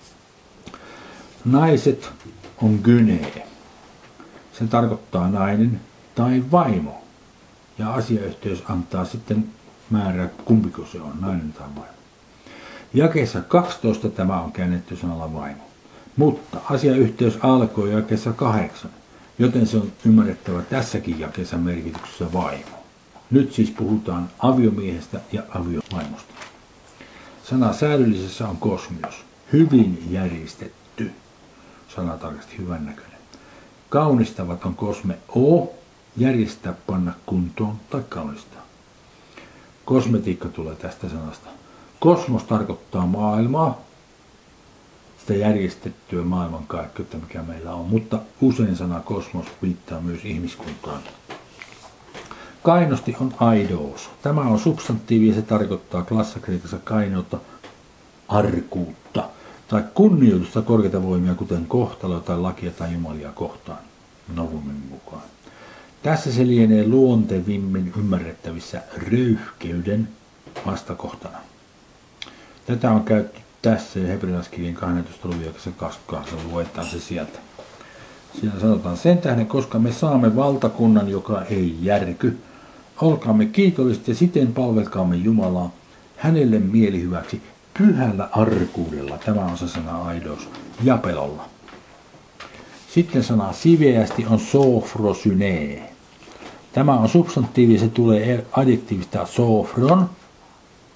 Naiset on gynee. Se tarkoittaa nainen tai vaimo. Ja asiayhteys antaa sitten määrää, kumpiko se on, nainen tai vaimo. Jakeessa 12 tämä on käännetty sanalla vaimo. Mutta asiayhteys alkoi jakeessa 8, joten se on ymmärrettävä tässäkin jakeessa merkityksessä vaimo. Nyt siis puhutaan aviomiehestä ja aviovaimosta. Sana säädöllisessä on kosmios, hyvin järjestetty. Sana tarkasti hyvän näköinen. Kaunistavat on kosme o, järjestää, panna kuntoon tai kaunistaa. Kosmetiikka tulee tästä sanasta. Kosmos tarkoittaa maailmaa, sitä järjestettyä maailmankaikkeutta, mikä meillä on, mutta usein sana kosmos viittaa myös ihmiskuntaan. Kainosti on aidos. Tämä on substantiivi ja se tarkoittaa klassakriitassa kainoutta, arkuutta tai kunnioitusta korkeita voimia, kuten kohtaloa tai lakia tai jumalia kohtaan, Novumin mukaan. Tässä se lienee luontevimmin ymmärrettävissä röyhkeyden vastakohtana. Tätä on käytetty tässä ja hebrealaiskirjan 12. luvun 28. luetaan se sieltä. Siinä sanotaan sen tähden, koska me saamme valtakunnan, joka ei järky. Olkaamme kiitolliset ja siten palvelkaamme Jumalaa hänelle mielihyväksi pyhällä arkuudella. Tämä on se sana aidos ja pelolla. Sitten sana siveästi on sofrosynee. Tämä on substantiivi, se tulee adjektiivista sofron.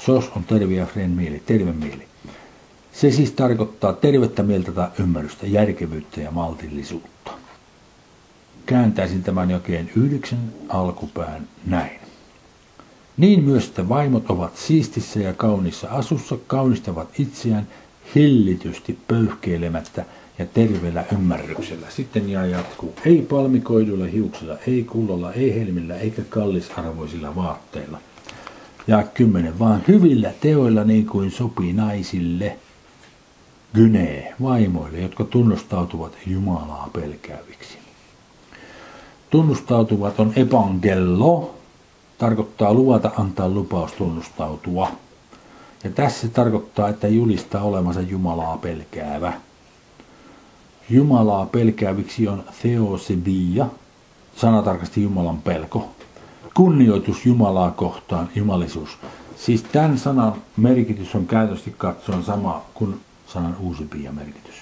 Sos on terve ja fren mieli, terve mieli. Se siis tarkoittaa tervettä mieltä tai ymmärrystä, järkevyyttä ja maltillisuutta. Kääntäisin tämän jakeen 9 alkupään näin. Niin myös, että vaimot ovat siistissä ja kauniissa asussa, kaunistavat itseään hillitysti pöyhkeilemättä ja terveellä ymmärryksellä. Sitten jatkuu. Ei palmikoiduilla hiuksilla, ei kullolla, ei helmillä eikä kallisarvoisilla vaatteilla. Ja 10. Vaan hyvillä teoilla niin kuin sopii naisille, gynee, vaimoille, jotka tunnustautuvat Jumalaa pelkääviksi. Tunnustautuvat on evangello, tarkoittaa luvata antaa lupaus tunnustautua. Ja tässä se tarkoittaa, että julistaa olemansa Jumalaa pelkäävä. Jumalaa pelkääviksi on theosebia, sanatarkasti Jumalan pelko. Kunnioitus Jumalaa kohtaan, jumalisuus. Siis tämän sanan merkitys on käytösti katsoen sama kuin sanan uusipia merkitys.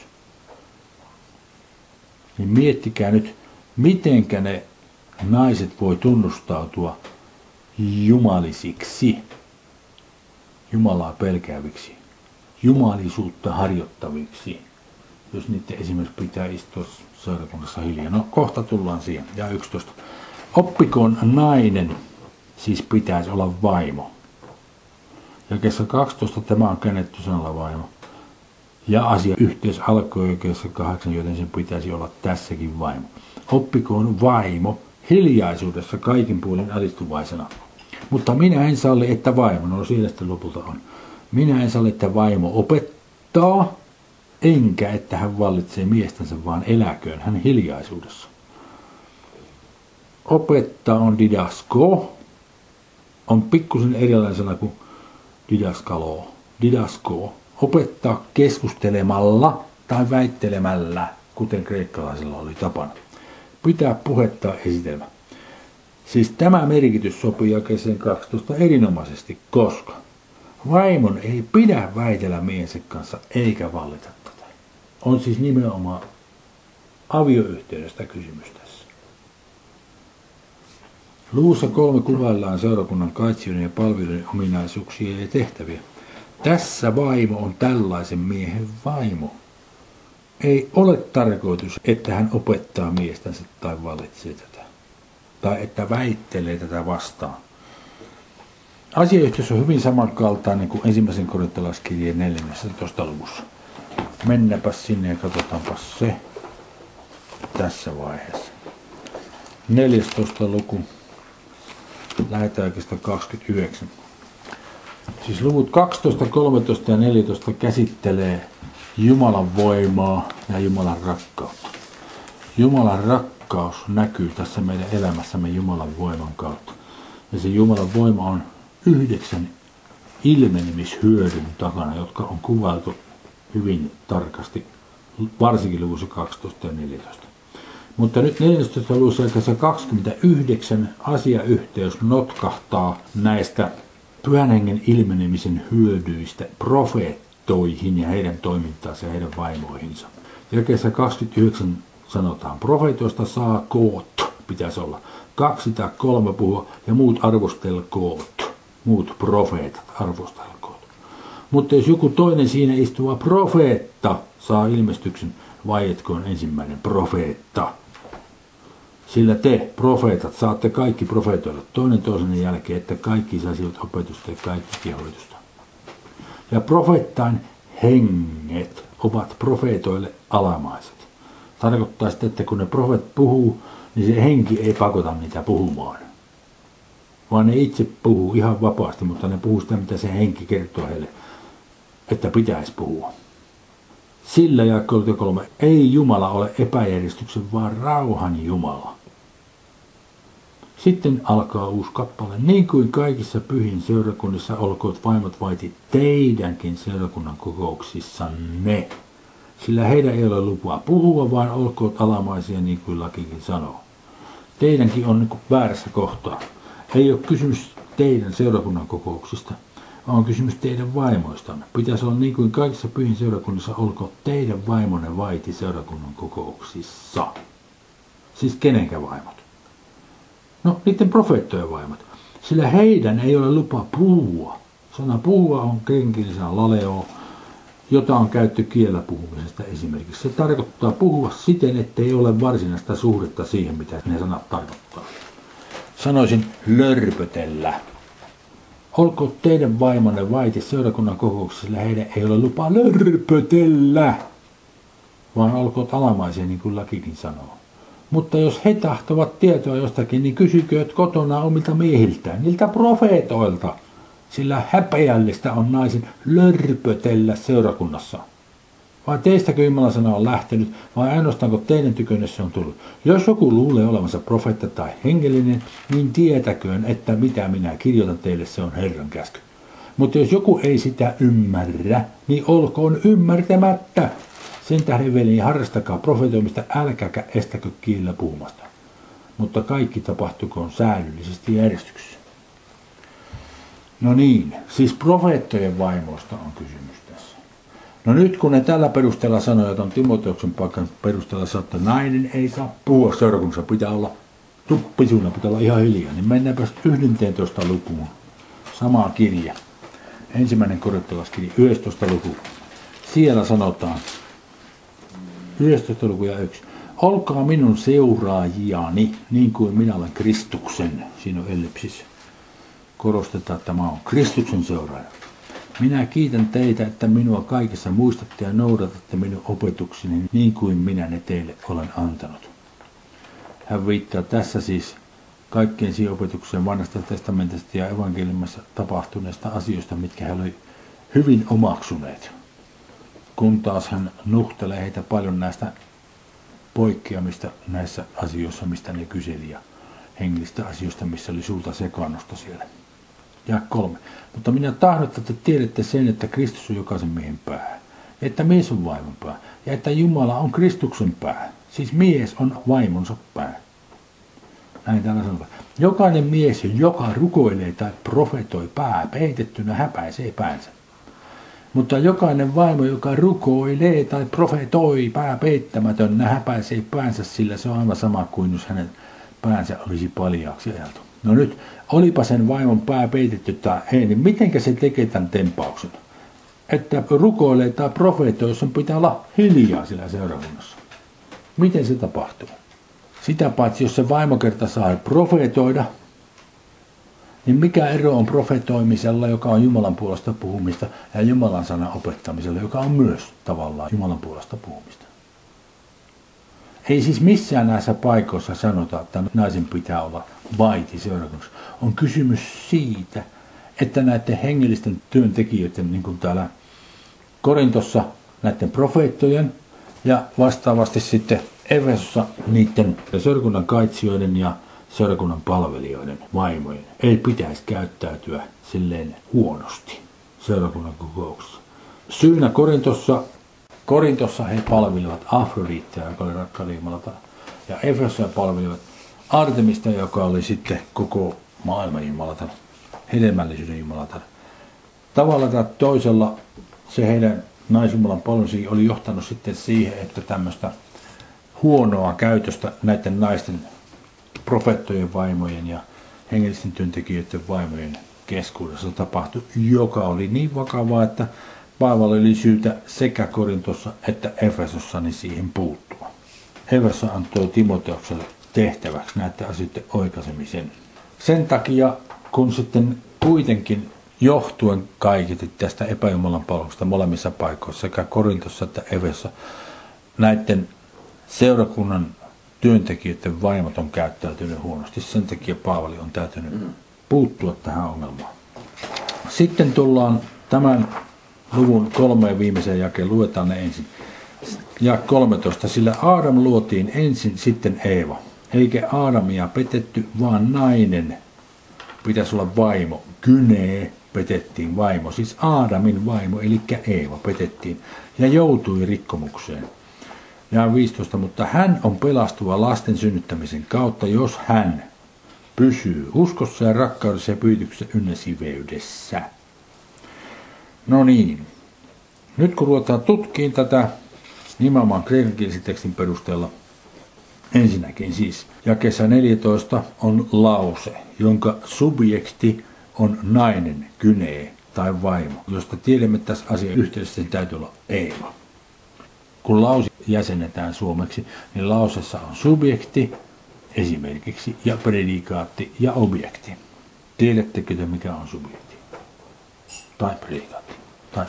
Niin miettikää nyt, mitenkä ne naiset voi tunnustautua jumalisiksi, Jumalaa pelkääviksi, jumalisuutta harjoittaviksi, jos niiden esimerkiksi pitää istua seurakunnassa hiljaa. No kohta tullaan siihen. Ja 11. Oppikoon nainen, siis pitäisi olla vaimo. Ja kesä 12 tämä on käännetty sanalla vaimo. Ja asiayhteys alkoi kesä 8, joten sen pitäisi olla tässäkin vaimo. Oppikoon vaimo hiljaisuudessa kaikin puolin alistuvaisena. Mutta minä en salli, että vaimo, no siellä sitten lopulta on. Minä en salli, että vaimo opettaa, enkä että hän vallitsee miestänsä, vaan eläköön hän hiljaisuudessa. Opettaa on didasko, on pikkusen erilaisena kuin didaskalo, didasko. Opettaa keskustelemalla tai väittelemällä, kuten kreikkalaisilla oli tapana. Pitää puhetta esitelmä. Siis tämä merkitys sopii jakeeseen 12 erinomaisesti, koska vaimon ei pidä väitellä miehensä kanssa eikä vallita tätä. On siis nimenomaan avioyhteydestä kysymys tässä. Luvussa 3 kuvaillaan seurakunnan kaitsijoiden ja palvelijoiden ominaisuuksia ja tehtäviä. Tässä vaimo on tällaisen miehen vaimo. Ei ole tarkoitus, että hän opettaa miestänsä tai valitsee tätä. Tai että väittelee tätä vastaan. Asiayhteys on hyvin samankaltainen kuin ensimmäisen korintolaiskirjeen 14. luvussa. Mennäpäs sinne ja katsotaanpas se tässä vaiheessa. 14. luku. Lähetään oikeastaan 29. Siis luvut 12, 13 ja 14 käsittelee Jumalan voimaa ja Jumalan rakkautta. Jumalan rakkaus näkyy tässä meidän elämässämme Jumalan voiman kautta. Ja se Jumalan voima on 9 ilmenemishyödyn takana, jotka on kuvailtu hyvin tarkasti, varsinkin luvussa 12 ja 14. Mutta nyt 14. luvussa 29 asiayhteys notkahtaa näistä Pyhän Hengen ilmenemisen hyödyistä profeettoihin ja heidän toimintaansa ja heidän vaimoihinsa. Jakeessa 29 sanotaan, profeetoista saa koot, pitäisi olla 2 tai 3 puhua ja muut arvostelkoot, muut profeetat arvostelkoot. Mutta jos joku toinen siinä istuva profeetta saa ilmestyksen, vaietkoon ensimmäinen profeetta. Sillä te, profeetat, saatte kaikki profeetoida toinen toisen jälkeen, että kaikki saisivat opetusta ja kaikki kehoitusta. Ja profeettain henget ovat profeetoille alamaiset. Tarkoittaa sitä, että kun ne profeet puhuu, niin se henki ei pakota niitä puhumaan. Vaan ne itse puhuu ihan vapaasti, mutta ne puhuu sitä, mitä se henki kertoo heille, että pitäisi puhua. Sillä ja 3. Ei Jumala ole epäjärjestyksen, vaan rauhan Jumala. Sitten alkaa uusi kappale. Niin kuin kaikissa pyhin seurakunnissa olkoot vaimot vaiti teidänkin seurakunnan kokouksissanne. Sillä heidän ei ole lupaa puhua, vaan olkoot alamaisia niin kuin lakikin sanoo. Teidänkin on niin väärässä kohtaa. Ei ole kysymys teidän seurakunnan kokouksista, vaan on kysymys teidän vaimoistanne. Pitäisi olla niin kuin kaikissa pyhin seurakunnissa olkoot teidän vaimonne vaiti seurakunnan kokouksissa. Siis kenenkä vaimot? No, niiden profeettojen vaimot. Sillä heidän ei ole lupa puhua, Sana puhua on kreikankielisenä laleo, jota on käytetty kielellä puhumisesta esimerkiksi. Se tarkoittaa puhua siten, ettei ole varsinaista suhdetta siihen, mitä ne sanat tarkoittaa. Sanoisin lörpötellä. Olkoon teidän vaimonne vaiti seurakunnan kokouksessa, sillä heidän ei ole lupaa lörpötellä, vaan olkoon alamaisia, niin kuin lakikin sanoo. Mutta jos he tahtovat tietoa jostakin, niin kysykööt kotona omilta miehiltään, niiltä profeetoilta, sillä häpeällistä on naisen lörpötellä seurakunnassa. Vai teistäkö Jumalan sana on lähtenyt, vai ainoastaanko teidän tykönne se on tullut? Jos joku luulee olevansa profeetta tai hengellinen, niin tietäköön, että mitä minä kirjoitan teille, se on Herran käsky. Mutta jos joku ei sitä ymmärrä, niin olkoon ymmärtämättä. Sen tähden veli, harrastakaa profetoimista, älkääkä estäkö kielellä puhumasta. Mutta kaikki tapahtukoon säädyllisesti järjestyksessä. No niin, siis profeettojen vaimoista on kysymys tässä. No nyt kun ne tällä perusteella sanoo, että on Timoteuksen paikan perusteella sanoo, että nainen ei saa puhua seurakunnassa, pitää olla tuppisuna, pitää olla ihan hiljaa, niin mennäänpä 11 lukuun. Sama kirja. Ensimmäinen korintolaiskirja, 11 luku. Siellä sanotaan, 11 luku ja 1. Olkaa minun seuraajiani, niin kuin minä olen Kristuksen. Siinä on ellipsis. Korostetaan, että mä olen Kristuksen seuraaja. Minä kiitän teitä, että minua kaikessa muistatte ja noudatatte minun opetukseni, niin kuin minä ne teille olen antanut. Hän viittaa tässä siis kaikkien siihen opetukseen vanhasta testamentista ja evankeliumissa tapahtuneista asioista, mitkä he olivat hyvin omaksuneet. Kun taas hän nuhtelee heitä paljon näistä poikkeamista näissä asioissa, mistä ne kyseli, ja hengellistä asioista, missä oli suurta sekaannusta siellä. Ja 3. Mutta minä tahdon, että te tiedätte sen, että Kristus on jokaisen miehen pää, että mies on vaimon pää, ja että Jumala on Kristuksen pää. Siis mies on vaimonsa pää. Näin täällä sanotaan. Jokainen mies, joka rukoilee tai profetoi pää peitettynä, häpäisee päänsä. Mutta jokainen vaimo, joka rukoilee tai profetoi pää peittämätön, häpäisee päänsä, sillä se on aivan sama kuin jos hänen päänsä olisi paljaaksi ajaltu. No nyt, olipa sen vaimon pää peitetty tai ei, niin mitenkä se tekee tämän tempauksen? Että rukoilee tai profetoi, jos on pitää olla hiljaa sillä seurakunnassa. Miten se tapahtuu? Sitä paitsi, jos se vaimo kerta saa profetoida, niin mikä ero on profetoimisella, joka on Jumalan puolesta puhumista, ja Jumalan sanan opettamisella, joka on myös tavallaan Jumalan puolesta puhumista? Ei siis missään näissä paikoissa sanota, että naisen pitää olla vaiti seurakunnassa. On kysymys siitä, että näiden hengellisten työntekijöiden, niin kuin täällä Korintossa, näiden profeettojen ja vastaavasti sitten Efesossa niiden seurakunnan kaitsijoiden ja seurakunnan palvelijoiden vaimojen ei pitäisi käyttäytyä silleen huonosti seurakunnan kokouksessa. Syynä Korintossa he palvelivat Afrodittea, joka oli rakkauden Jumalatara, ja Efesossa palvelivat Artemista, joka oli sitten koko maailman Jumalatara, hedelmällisyyden Jumalatara. Tavalla tai toisella se heidän naisjumalan palvelus oli johtanut sitten siihen, että tämmöistä huonoa käytöstä näiden naisten profeettojen vaimojen ja hengellisten työntekijöiden vaimojen keskuudessa tapahtui, joka oli niin vakavaa, että Paavali oli syytä sekä Korintossa että Efesossa niin siihen puuttua. Efeso antoi Timoteukselle tehtäväksi näiden asioiden oikaisemisen. Sen takia, kun sitten kuitenkin johtuen kaiketi tästä epäjumalan palvelusta molemmissa paikoissa, sekä Korintossa että Efesossa, näiden seurakunnan työntekijöiden vaimot on käyttäytynyt huonosti. Sen takia Paavali on täytynyt puuttua tähän ongelmaan. Sitten tullaan tämän luvun 3 viimeiseen jakeen, luetaan ne ensin. Ja 13, sillä Aadam luotiin ensin, sitten Eeva. Eikä Aadamia petetty, vaan nainen pitäisi olla vaimo. Kynee petettiin vaimo, siis Aadamin vaimo, eli Eeva petettiin ja joutui rikkomukseen. Ja 15, mutta hän on pelastuva lasten synnyttämisen kautta, jos hän pysyy uskossa ja rakkaudessa ja pyytyksessä ynnä siveydessä. No niin, nyt kun ruvetaan tutkimaan tätä nimenomaan kreikankielisen tekstin perusteella, ensinnäkin siis jakeessa 14 on lause, jonka subjekti on nainen, kynee, tai vaimo, josta tiedämme, että tässä asian yhteydessä sen täytyy olla Eeva. Kun lause jäsennetään suomeksi, niin lauseessa on subjekti esimerkiksi ja predikaatti ja objekti. Tiedättekö te, mikä on subjekti? Tai predikaatti? Tai...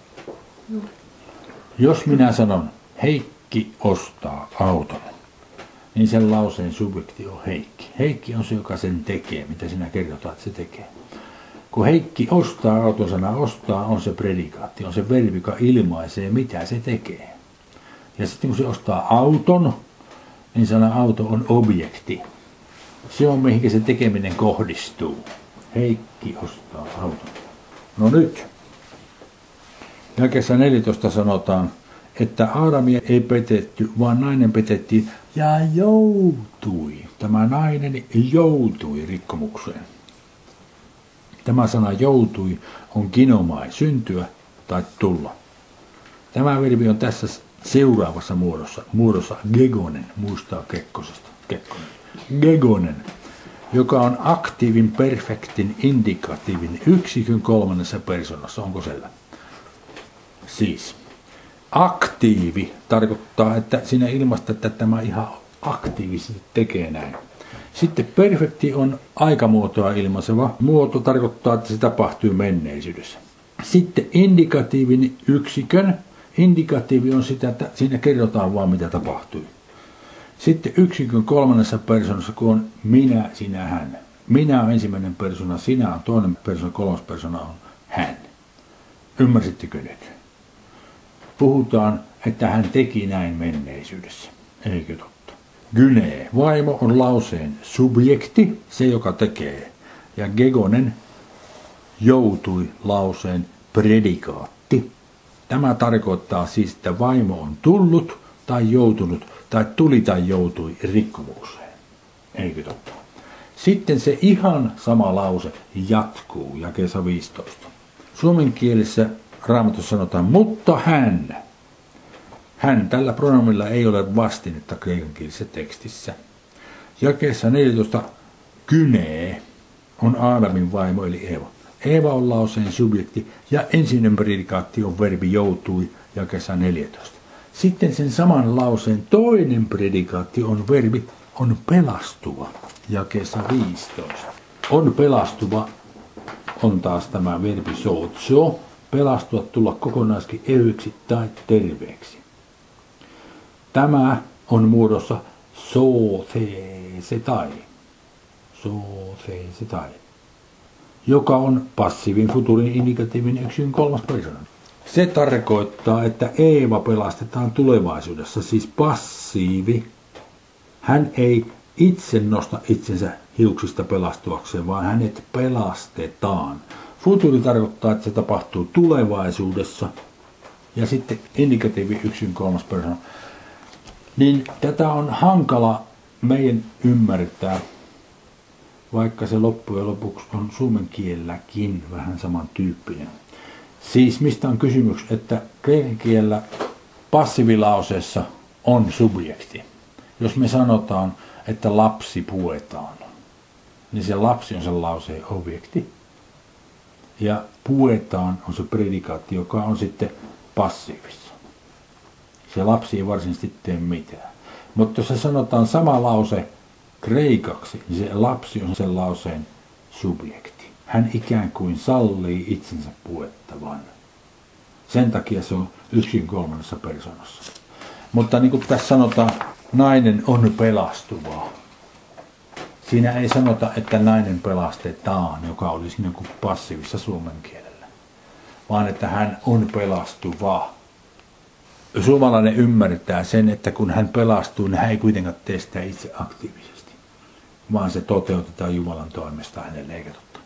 Jos minä sanon, Heikki ostaa auton, niin sen lauseen subjekti on Heikki. Heikki on se, joka sen tekee, mitä sinä kerrotaan, että se tekee. Kun Heikki ostaa auton, sana ostaa on se predikaatti, on se verbi, joka ilmaisee, mitä se tekee. Ja sitten kun se ostaa auton, niin sana auto on objekti. Se on, mihin se tekeminen kohdistuu. Heikki ostaa auton. No nyt. Jakeessa 14 sanotaan, että Aadamia ei petetty, vaan nainen petettiin ja joutui. Tämä nainen joutui rikkomukseen. Tämä sana joutui on kinomai, syntyä tai tulla. Tämä verbi on tässä seuraavassa muodossa gegonen, muistaa Kekkosesta. Gegonen, joka on aktiivin, perfektin, indikatiivin yksikön kolmannessa persoonassa. Onko selvä? Siis aktiivi tarkoittaa, että sinä ilmaistat, että tämä ihan aktiivisesti tekee näin. Sitten perfekti on aikamuotoa ilmaiseva muoto, tarkoittaa, että se tapahtuu menneisyydessä. Sitten indikatiivinen yksikön. Indikatiivi on sitä, että siinä kerrotaan vaan, mitä tapahtui. Sitten yksikön kolmannessa persoonassa, kun on minä, sinä, hän. Minä on ensimmäinen persona, sinä on toinen persona, kolmas persona on hän. Ymmärsittekö nyt? Puhutaan, että hän teki näin menneisyydessä. Eikö totta? Gynee, vaimo on lauseen subjekti, se joka tekee. Ja gegonen joutui lauseen predikaatti. Tämä tarkoittaa siis, että vaimo on tullut tai joutunut tai tuli tai joutui rikkomukseen. Eikö totta? Sitten se ihan sama lause jatkuu jakeessa 15. Suomen kielessä Raamatussa sanotaan, mutta hän. Hän tällä pronomilla ei ole vastinetta kreikan tekstissä. Jakeessa 14 kynee on Aadamin vaimo eli Eeva. Eeva on lauseen subjekti ja ensimmäinen predikaatti on verbi joutui jakeessa 14. Sitten sen saman lauseen toinen predikaatti on verbi on pelastuva jakeessa 15. On pelastuva on taas tämä verbi sootso, pelastua, tulla kokonaiskin ehyksi tai terveeksi. Tämä on muodossa soothesetai, joka on passiivin, futurin, indikatiivinen yksikön kolmas persona. Se tarkoittaa, että Eeva pelastetaan tulevaisuudessa, siis passiivi. Hän ei itse nosta itsensä hiuksista pelastuakseen, vaan hänet pelastetaan. Futuri tarkoittaa, että se tapahtuu tulevaisuudessa. Ja sitten indikatiivi yksikön kolmas persona. Niin tätä on hankala meidän ymmärtää, vaikka se loppujen lopuksi on suomen kielelläkin vähän samantyyppinen. Siis mistä on kysymys, että kreikan kielellä passiivilauseessa on subjekti. Jos me sanotaan, että lapsi puetaan, niin se lapsi on sen lauseen objekti. Ja puetaan on se predikaatti, joka on sitten passiivissa. Se lapsi ei varsinaisesti tee mitään. Mutta jos se sanotaan sama lause kreikaksi, niin se lapsi on sen lauseen subjekti. Hän ikään kuin sallii itsensä puettavan. Sen takia se on yksin kolmannessa persoonassa. Mutta niin kuin tässä sanotaan, nainen on pelastuvaa. Siinä ei sanota, että nainen pelastetaan, joka olisi niin kuin passiivissa suomen kielellä. Vaan että hän on pelastuva. Suomalainen ymmärtää sen, että kun hän pelastuu, niin hän ei kuitenkaan tee sitä itse aktiivisesti. Vaan se toteutetaan Jumalan toimesta hänelle, eikä totta.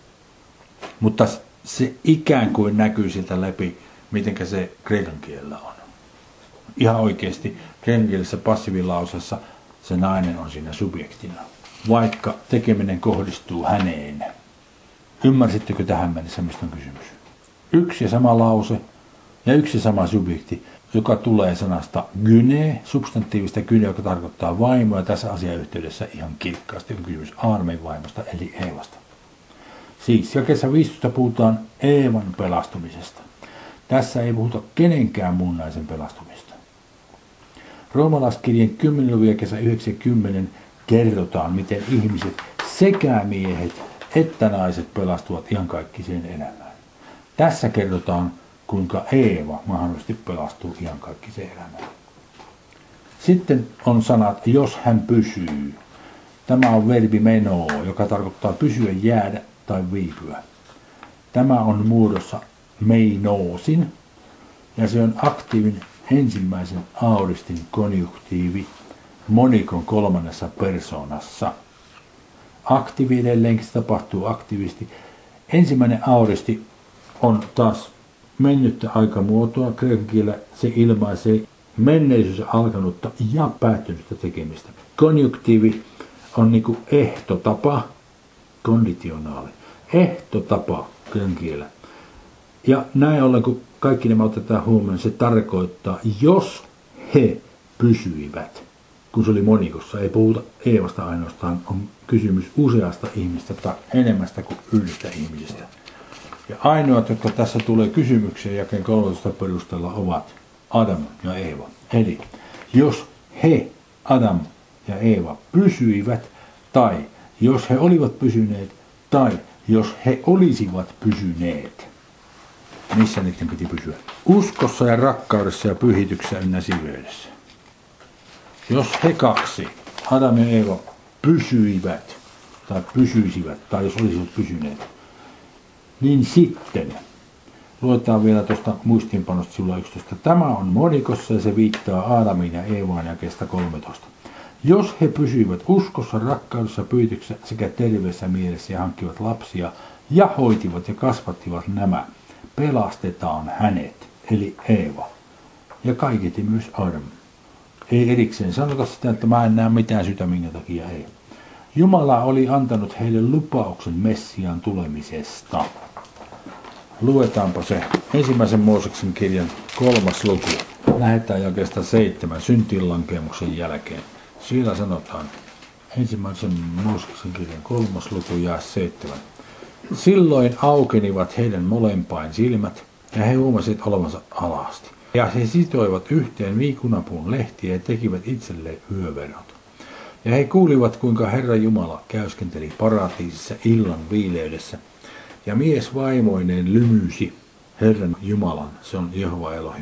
Mutta se ikään kuin näkyy siltä läpi, miten se kreikan kielellä on. Ihan oikeasti kreikan kielessä passiivilauseessa se nainen on siinä subjektina. Vaikka tekeminen kohdistuu häneen. Ymmärsittekö tähän mennessä, mistä on kysymys? Yksi ja sama lause ja yksi ja sama subjekti, joka tulee sanasta gyne, substantiivista gyne, joka tarkoittaa vaimoa. Tässä asiayhteydessä ihan kirkkaasti on kysymys Aadamin vaimosta eli Eevasta. Siis jakeessa 15 puhutaan Eevan pelastumisesta. Tässä ei puhuta kenenkään muun naisen pelastumista. Roomalaiskirjeen 10. jakeessa 90 kerrotaan, miten ihmiset sekä miehet että naiset pelastuvat iankaikkiseen elämään. Tässä kerrotaan, kuinka Eeva mahdollisesti pelastuu iankaikkiseen elämään. Sitten on sanat, jos hän pysyy. Tämä on verbi menoo, joka tarkoittaa pysyä, jäädä tai viipyä. Tämä on muodossa meinoosin, ja se on aktiivin ensimmäisen aoristin konjunktiivi monikon 3. persoonassa. Aktiivi edelleenkin se tapahtuu aktiivisesti. Ensimmäinen aoristi on taas mennyttä aikamuotoa. Kreikan kielellä se ilmaisee menneisyys alkanutta ja päättynyttä tekemistä. Konjunktiivi on niin kuin ehtotapa, konditionaali, ehtotapa kreikan kielellä. Ja näin ollen, kun kaikki nämä otetaan huomioon, se tarkoittaa, jos he pysyivät, kun se oli monikossa, ei puhuta Eevasta ainoastaan, on kysymys useasta ihmistä tai enemmästä kuin yhdestä ihmisestä. Ja ainoat, jotka tässä tulee kysymykseen jakeen 13 perusteella ovat Adam ja Eeva. Eli jos he, Adam ja Eeva, pysyivät, tai jos he olivat pysyneet, tai jos he olisivat pysyneet, missä niiden piti pysyä? Uskossa ja rakkaudessa ja pyhityksessä ynnä siveydessä. Jos he kaksi, Adam ja Eeva, pysyivät, tai pysyisivät, tai jos olisivat pysyneet, niin sitten, luetaan vielä tuosta muistiinpanosta sivulla 11. Tämä on monikossa ja se viittaa Aadamiin ja Eevaan jakeesta 13. Jos he pysyivät uskossa, rakkaudessa, pyhityksessä sekä terveessä mielessä ja hankkivat lapsia ja hoitivat ja kasvattivat nämä, pelastetaan hänet, eli Eeva, ja kaiketi myös Adam. Ei erikseen sanota sitä, että mä en näe mitään syytä, minkä takia ei. Jumala oli antanut heille lupauksen Messiaan tulemisesta. Luetaanpa se. Ensimmäisen Mooseksen kirjan 3. luku. Lähdetään jakeesta 7 syntiinlankemuksen jälkeen. Siellä sanotaan ensimmäisen Mooseksen kirjan 3. luku ja 7. Silloin aukenivat heidän molempain silmät ja he huomasivat olevansa alasti. Ja he sitoivat yhteen viikunapuun lehtiä ja tekivät itselleen yöverot. Ja he kuulivat, kuinka Herra Jumala käyskenteli paratiisissa illan viileydessä. Ja mies vaimoineen lymysi Herran Jumalan, se on Jehova Elohim,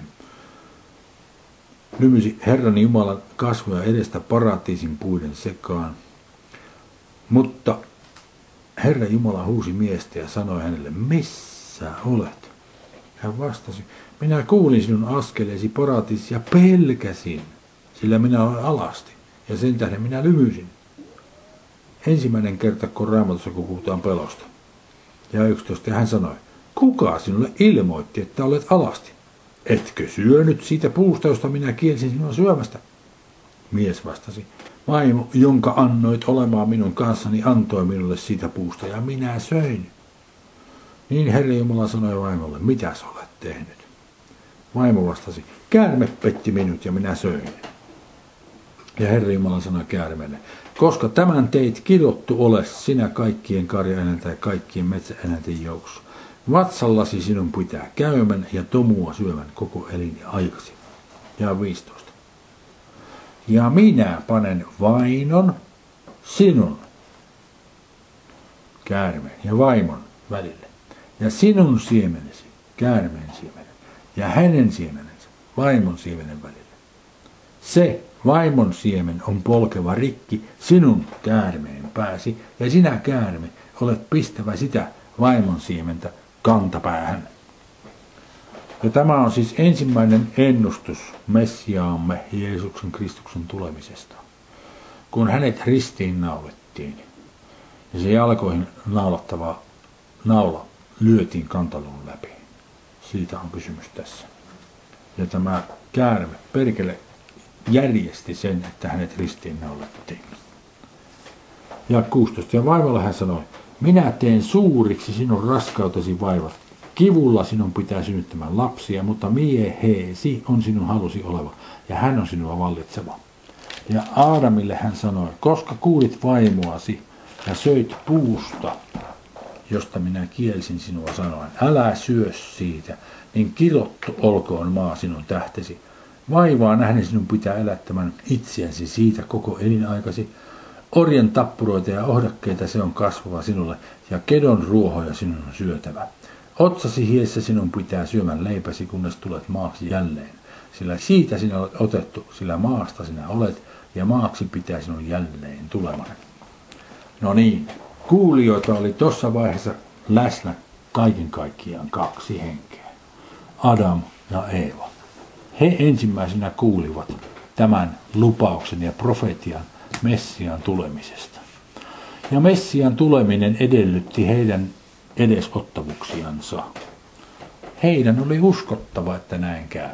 lymysi Herran Jumalan kasvoja edestä paratiisin puiden sekaan. Mutta Herra Jumala huusi miestä ja sanoi hänelle, missä olet? Hän vastasi, minä kuulin sinun askeleesi paratiisissa ja pelkäsin, sillä minä olen alasti. Ja sen tähden minä lymyisin. Ensimmäinen kerta, kun Raamatussa puhutaan pelosta. Ja 11. Ja hän sanoi, kuka sinulle ilmoitti, että olet alasti? Etkö syönyt siitä puusta, josta minä kielsin sinua syömästä? Mies vastasi, vaimo, jonka annoit olemaan minun kanssani, antoi minulle siitä puusta ja minä söin. Niin Herra Jumala sanoi vaimolle, mitä sä olet tehnyt? Vaimo vastasi, käärme petti minut ja minä söin. Ja Herra Jumala sanoi käärmeelle, koska tämän teit kidottu ole sinä kaikkien karjaeläinten ja kaikkien metsäeläinten joukossa. Vatsallasi sinun pitää käymän ja tomua syövän koko elini aikasi. Ja 15. Ja minä panen vainon sinun, käärmeen ja vaimon välille. Ja sinun siemenesi, käärmeen siemenen, ja hänen siemenensä, vaimon siemenen välille. Se vaimon siemen on polkeva rikki sinun käärmeen pääsi, ja sinä käärme olet pistävä sitä vaimon siementä kantapäähän. Ja tämä on siis ensimmäinen ennustus Messiaamme Jeesuksen Kristuksen tulemisesta. Kun hänet ristiin naulettiin, ja se jalkoihin naulattava naula lyötiin kantalon läpi. Siitä on kysymys tässä. Ja tämä käärme, perkele, järjesti sen, että hänet ristiin naulattiin. Ja 16. Ja vaimolle hän sanoi, minä teen suuriksi sinun raskautesi vaivat. Kivulla sinun pitää synnyttämään lapsia, mutta mieheesi on sinun halusi oleva, ja hän on sinua vallitseva. Ja Aadamille hän sanoi, koska kuulit vaimoasi ja söit puusta, josta minä kielsin sinua sanoen, älä syö siitä, niin kirottu olkoon maa sinun tähtesi. Vaivaa nähden sinun pitää elättämään itseäsi siitä koko elinaikasi. Orjan tappuroita ja ohdakkeita se on kasvava sinulle, ja kedon ruohoja sinun on syötävä. Otsasi hiessä sinun pitää syömän leipäsi, kunnes tulet maaksi jälleen. Sillä siitä sinä olet otettu, sillä maasta sinä olet, ja maaksi pitää sinun jälleen tulemaan. No niin, kuulijoita oli tuossa vaiheessa läsnä kaiken kaikkiaan 2 henkeä. Adam ja Eeva. He ensimmäisenä kuulivat tämän lupauksen ja profetian Messiaan tulemisesta. Ja Messiaan tuleminen edellytti heidän edesottavuksiansa. Heidän oli uskottava, että näin käy.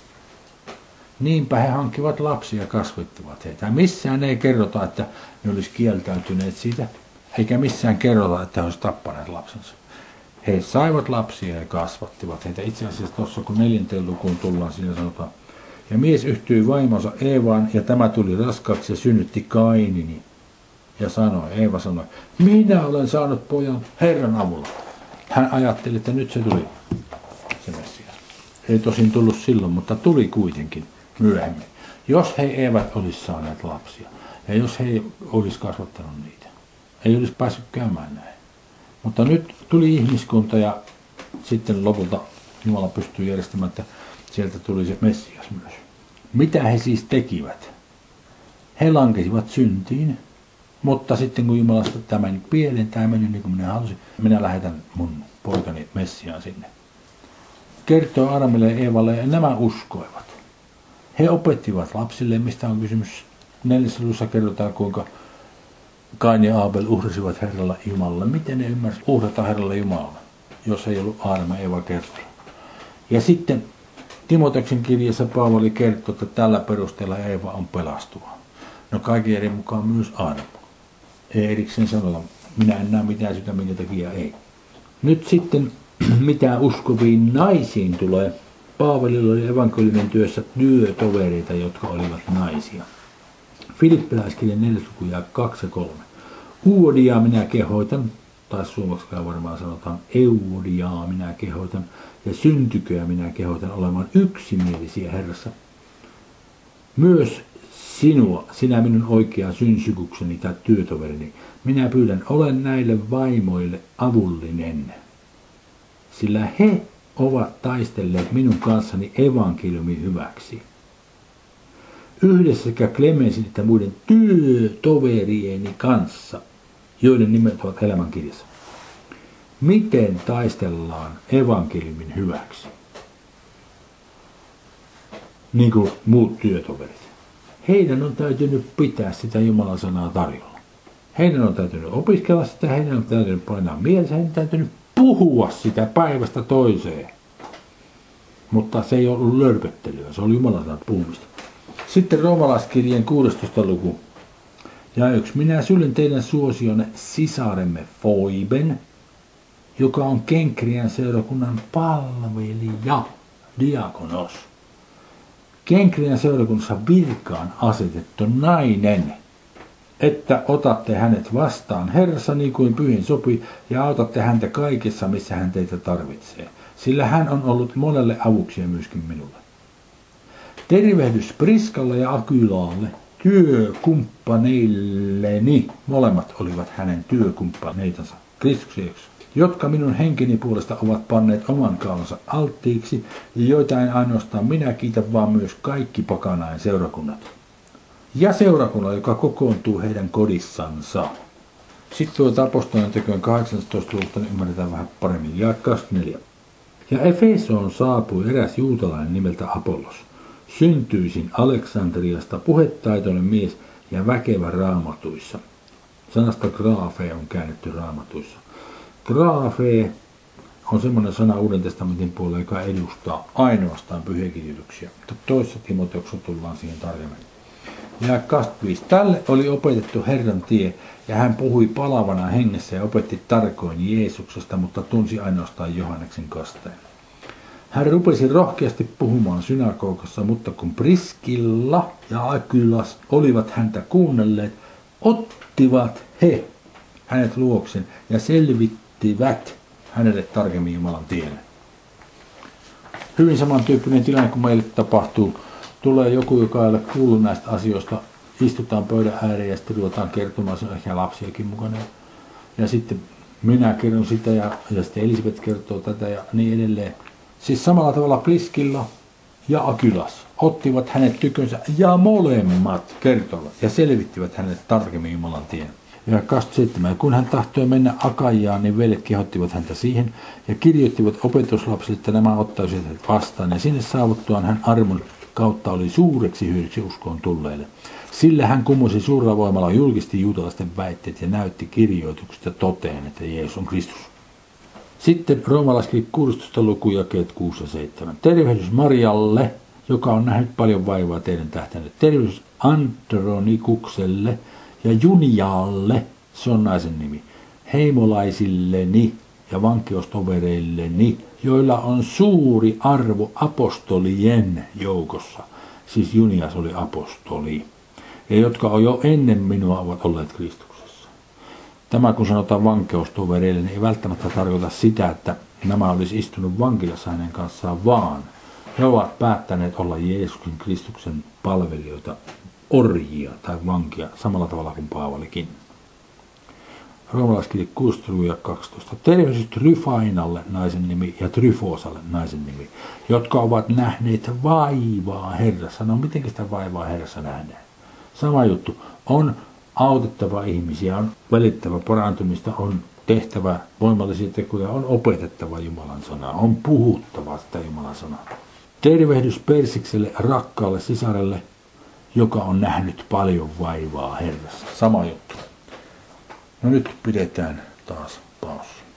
Niinpä he hankkivat lapsia ja kasvattivat heitä. Missään ei kerrota, että ne olisi kieltäytyneet siitä, eikä missään kerrota, että he olisivat tappaneet lapsensa. He saivat lapsia ja kasvattivat heitä. Itse asiassa tuossa kun 4. lukuun tullaan, siinä sanotaan, ja mies yhtyi vaimonsa Eevaan, ja tämä tuli raskaaksi ja synnytti Kainini. Ja Eeva sanoi, minä olen saanut pojan Herran avulla. Hän ajatteli, että nyt se tuli, se Messias. Ei tosin tullut silloin, mutta tuli kuitenkin myöhemmin. Jos he eivät olisi saaneet lapsia, ja jos he olisi kasvattanut niitä, ei olisi päässyt käymään näin. Mutta nyt tuli ihmiskunta ja sitten lopulta Jumala pystyi järjestämään, että sieltä tuli se Messias myös. Mitä he siis tekivät? He lankesivat syntiin, mutta sitten kun Jumala sanoi, että tämä meni pieleen, tämä meni niin kuin minä halusin, minä lähetän mun poikani Messiaan sinne. Kertoo Adamille ja Eevalle, ja nämä uskoivat. He opettivat lapsille, mistä on kysymys. 4. luvussa kerrotaan, kuinka Kain ja Aabel uhrasivat Herralle Jumalalle. Miten ne ymmärsivät uhrata Herralle Jumalalle, jos ei ollut Aadam ja Eeva kertoa. Ja sitten Timoteuksen kirjassa Paavali kertoo, että tällä perusteella Eeva on pelastuva. No kaiken eri mukaan myös Aadam. Ei erikseen sanoa, minä en näe mitään sitä, minkä takia ei. Nyt sitten, mitä uskoviin naisiin tulee, Paavalilla oli evankeliumin työssä työtovereita, jotka olivat naisia. Filippiläiskirjan 4. luku ja 2 ja 3. Uodiaa minä kehoitan, tai suomeksi varmaan sanotaan Euodiaa minä kehoitan, ja syntyköä minä kehoitan olemaan yksimielisiä Herrassa. Myös sinua, sinä minun oikea synsykukseni tai työtoverini, minä pyydän, olen näille vaimoille avullinen, sillä he ovat taistelleet minun kanssani evankeliumin hyväksi. Yhdessä sekä Klemensin että muiden työtoverieni kanssa, joiden nimet ovat elämänkirjassa. Miten taistellaan evankeliumin hyväksi? Niin kuin muut työtoverit. Heidän on täytynyt pitää sitä Jumalan sanaa tarjolla. Heidän on täytynyt opiskella sitä, heidän on täytynyt painaa mielessä, heidän on täytynyt puhua sitä päivästä toiseen. Mutta se ei ollut lörpöttelyä, se oli Jumalan sanan puhumista. Sitten Roomalaiskirjeen 16. luku. Ja 1. Minä syljen teidän suosionne sisaremme Foiben, joka on Kenkrian seurakunnan palvelija, diakonos. Kenkrian seurakunnassa virkaan asetettu nainen, että otatte hänet vastaan Herrassa niin kuin pyhin sopii, ja autatte häntä kaikessa, missä hän teitä tarvitsee, sillä hän on ollut monelle avuksi ja myöskin minulle. Tervehdys Priskalle ja Akylaalle, työkumppaneilleni, molemmat olivat hänen työkumppaneitansa Kristuksessa, jotka minun henkeni puolesta ovat panneet oman kaalansa alttiiksi, ja joita en ainoastaan minä kiitä, vaan myös kaikki pakanain seurakunnat. Ja seurakunta, joka kokoontuu heidän kodissansa. Sitten tuota apostolien tekojen 18. luvusta ymmärretään vähän paremmin. Ja 24. Ja Efesoon saapui eräs juutalainen nimeltä Apollos, syntyisin Aleksandriasta, puhetaitoinen mies ja väkevä raamatuissa. Sanasta graafe on käännetty raamatuissa. Graafe on semmoinen sana Uuden testamentin puolella, joka edustaa ainoastaan pyhiäkirjoituksia. Mutta toisessa Timoteuksessa tullaan siihen tarkemmin. Ja 25. Tälle oli opetettu Herran tie, ja hän puhui palavana hengessä ja opetti tarkoin Jeesuksesta, mutta tunsi ainoastaan Johanneksen kasteen. Hän rupesi rohkeasti puhumaan synagogassa, mutta kun Priskilla ja Akylas olivat häntä kuunnelleet, ottivat he hänet luoksen ja selittivät hänelle tarkemmin Jumalan tielle. Hyvin samantyyppinen tilanne kuin meille tapahtuu. Tulee joku, joka ei ole kuullut näistä asioista. Istutaan pöydän ääreen ja sitten ruvetaan kertomaan, se on ehkä lapsiakin mukana. Ja sitten minä kerron sitä ja sitten Elisabeth kertoo tätä ja niin edelleen. Siis samalla tavalla Priskilla ja Akylas ottivat hänet tykönsä ja molemmat kertoivat ja selvittivät hänelle tarkemmin Jumalan tien. Ja 27. Kun hän tahtoi mennä Akajaan, niin veljet kehottivat häntä siihen ja kirjoittivat opetuslapsille, että nämä ottaisivat hänet vastaan. Ja sinne saavuttuaan hän armon kautta oli suureksi hyödyksi uskoon tulleille. Sillä hän kumosi suurella voimalla julkisti juutalaisten väitteet ja näytti kirjoituksesta toteen, että Jeesus on Kristus. Sitten roomalaiskirja 16. luku jakeet 6 ja 7. Tervehdys Marialle, joka on nähnyt paljon vaivaa teidän tähtänne. Tervehdys Andronikukselle ja Juniaalle, se on naisen nimi, heimolaisilleni ja vankeustovereilleni, joilla on suuri arvo apostolien joukossa. Siis Junias oli apostoli. Ja jotka on jo ennen minua ovat olleet Kristuksessa. Tämä kun sanotaan vankeustovereille, niin ei välttämättä tarkoita sitä, että nämä olisi istunut vankilassa hänen kanssaan, vaan he ovat päättäneet olla Jeesuksen Kristuksen palvelijoita, orjia tai vankia, samalla tavalla kuin Paavalikin. Roomalaiskirja 16:12. Tervehdys Tryfainalle, naisen nimi, ja Tryfosalle, naisen nimi, jotka ovat nähneet vaivaa Herrassa. No miten sitä vaivaa Herrassa nähdään? Sama juttu. On autettava ihmisiä, on välittävä parantumista, on tehtävä voimallisia tekoja, on opetettava Jumalan sanaa, on puhuttava sitä Jumalan sanaa. Tervehdys Persikselle, rakkaalle sisarelle, joka on nähnyt paljon vaivaa Herrassa. Sama juttu. No nyt pidetään taas paussi.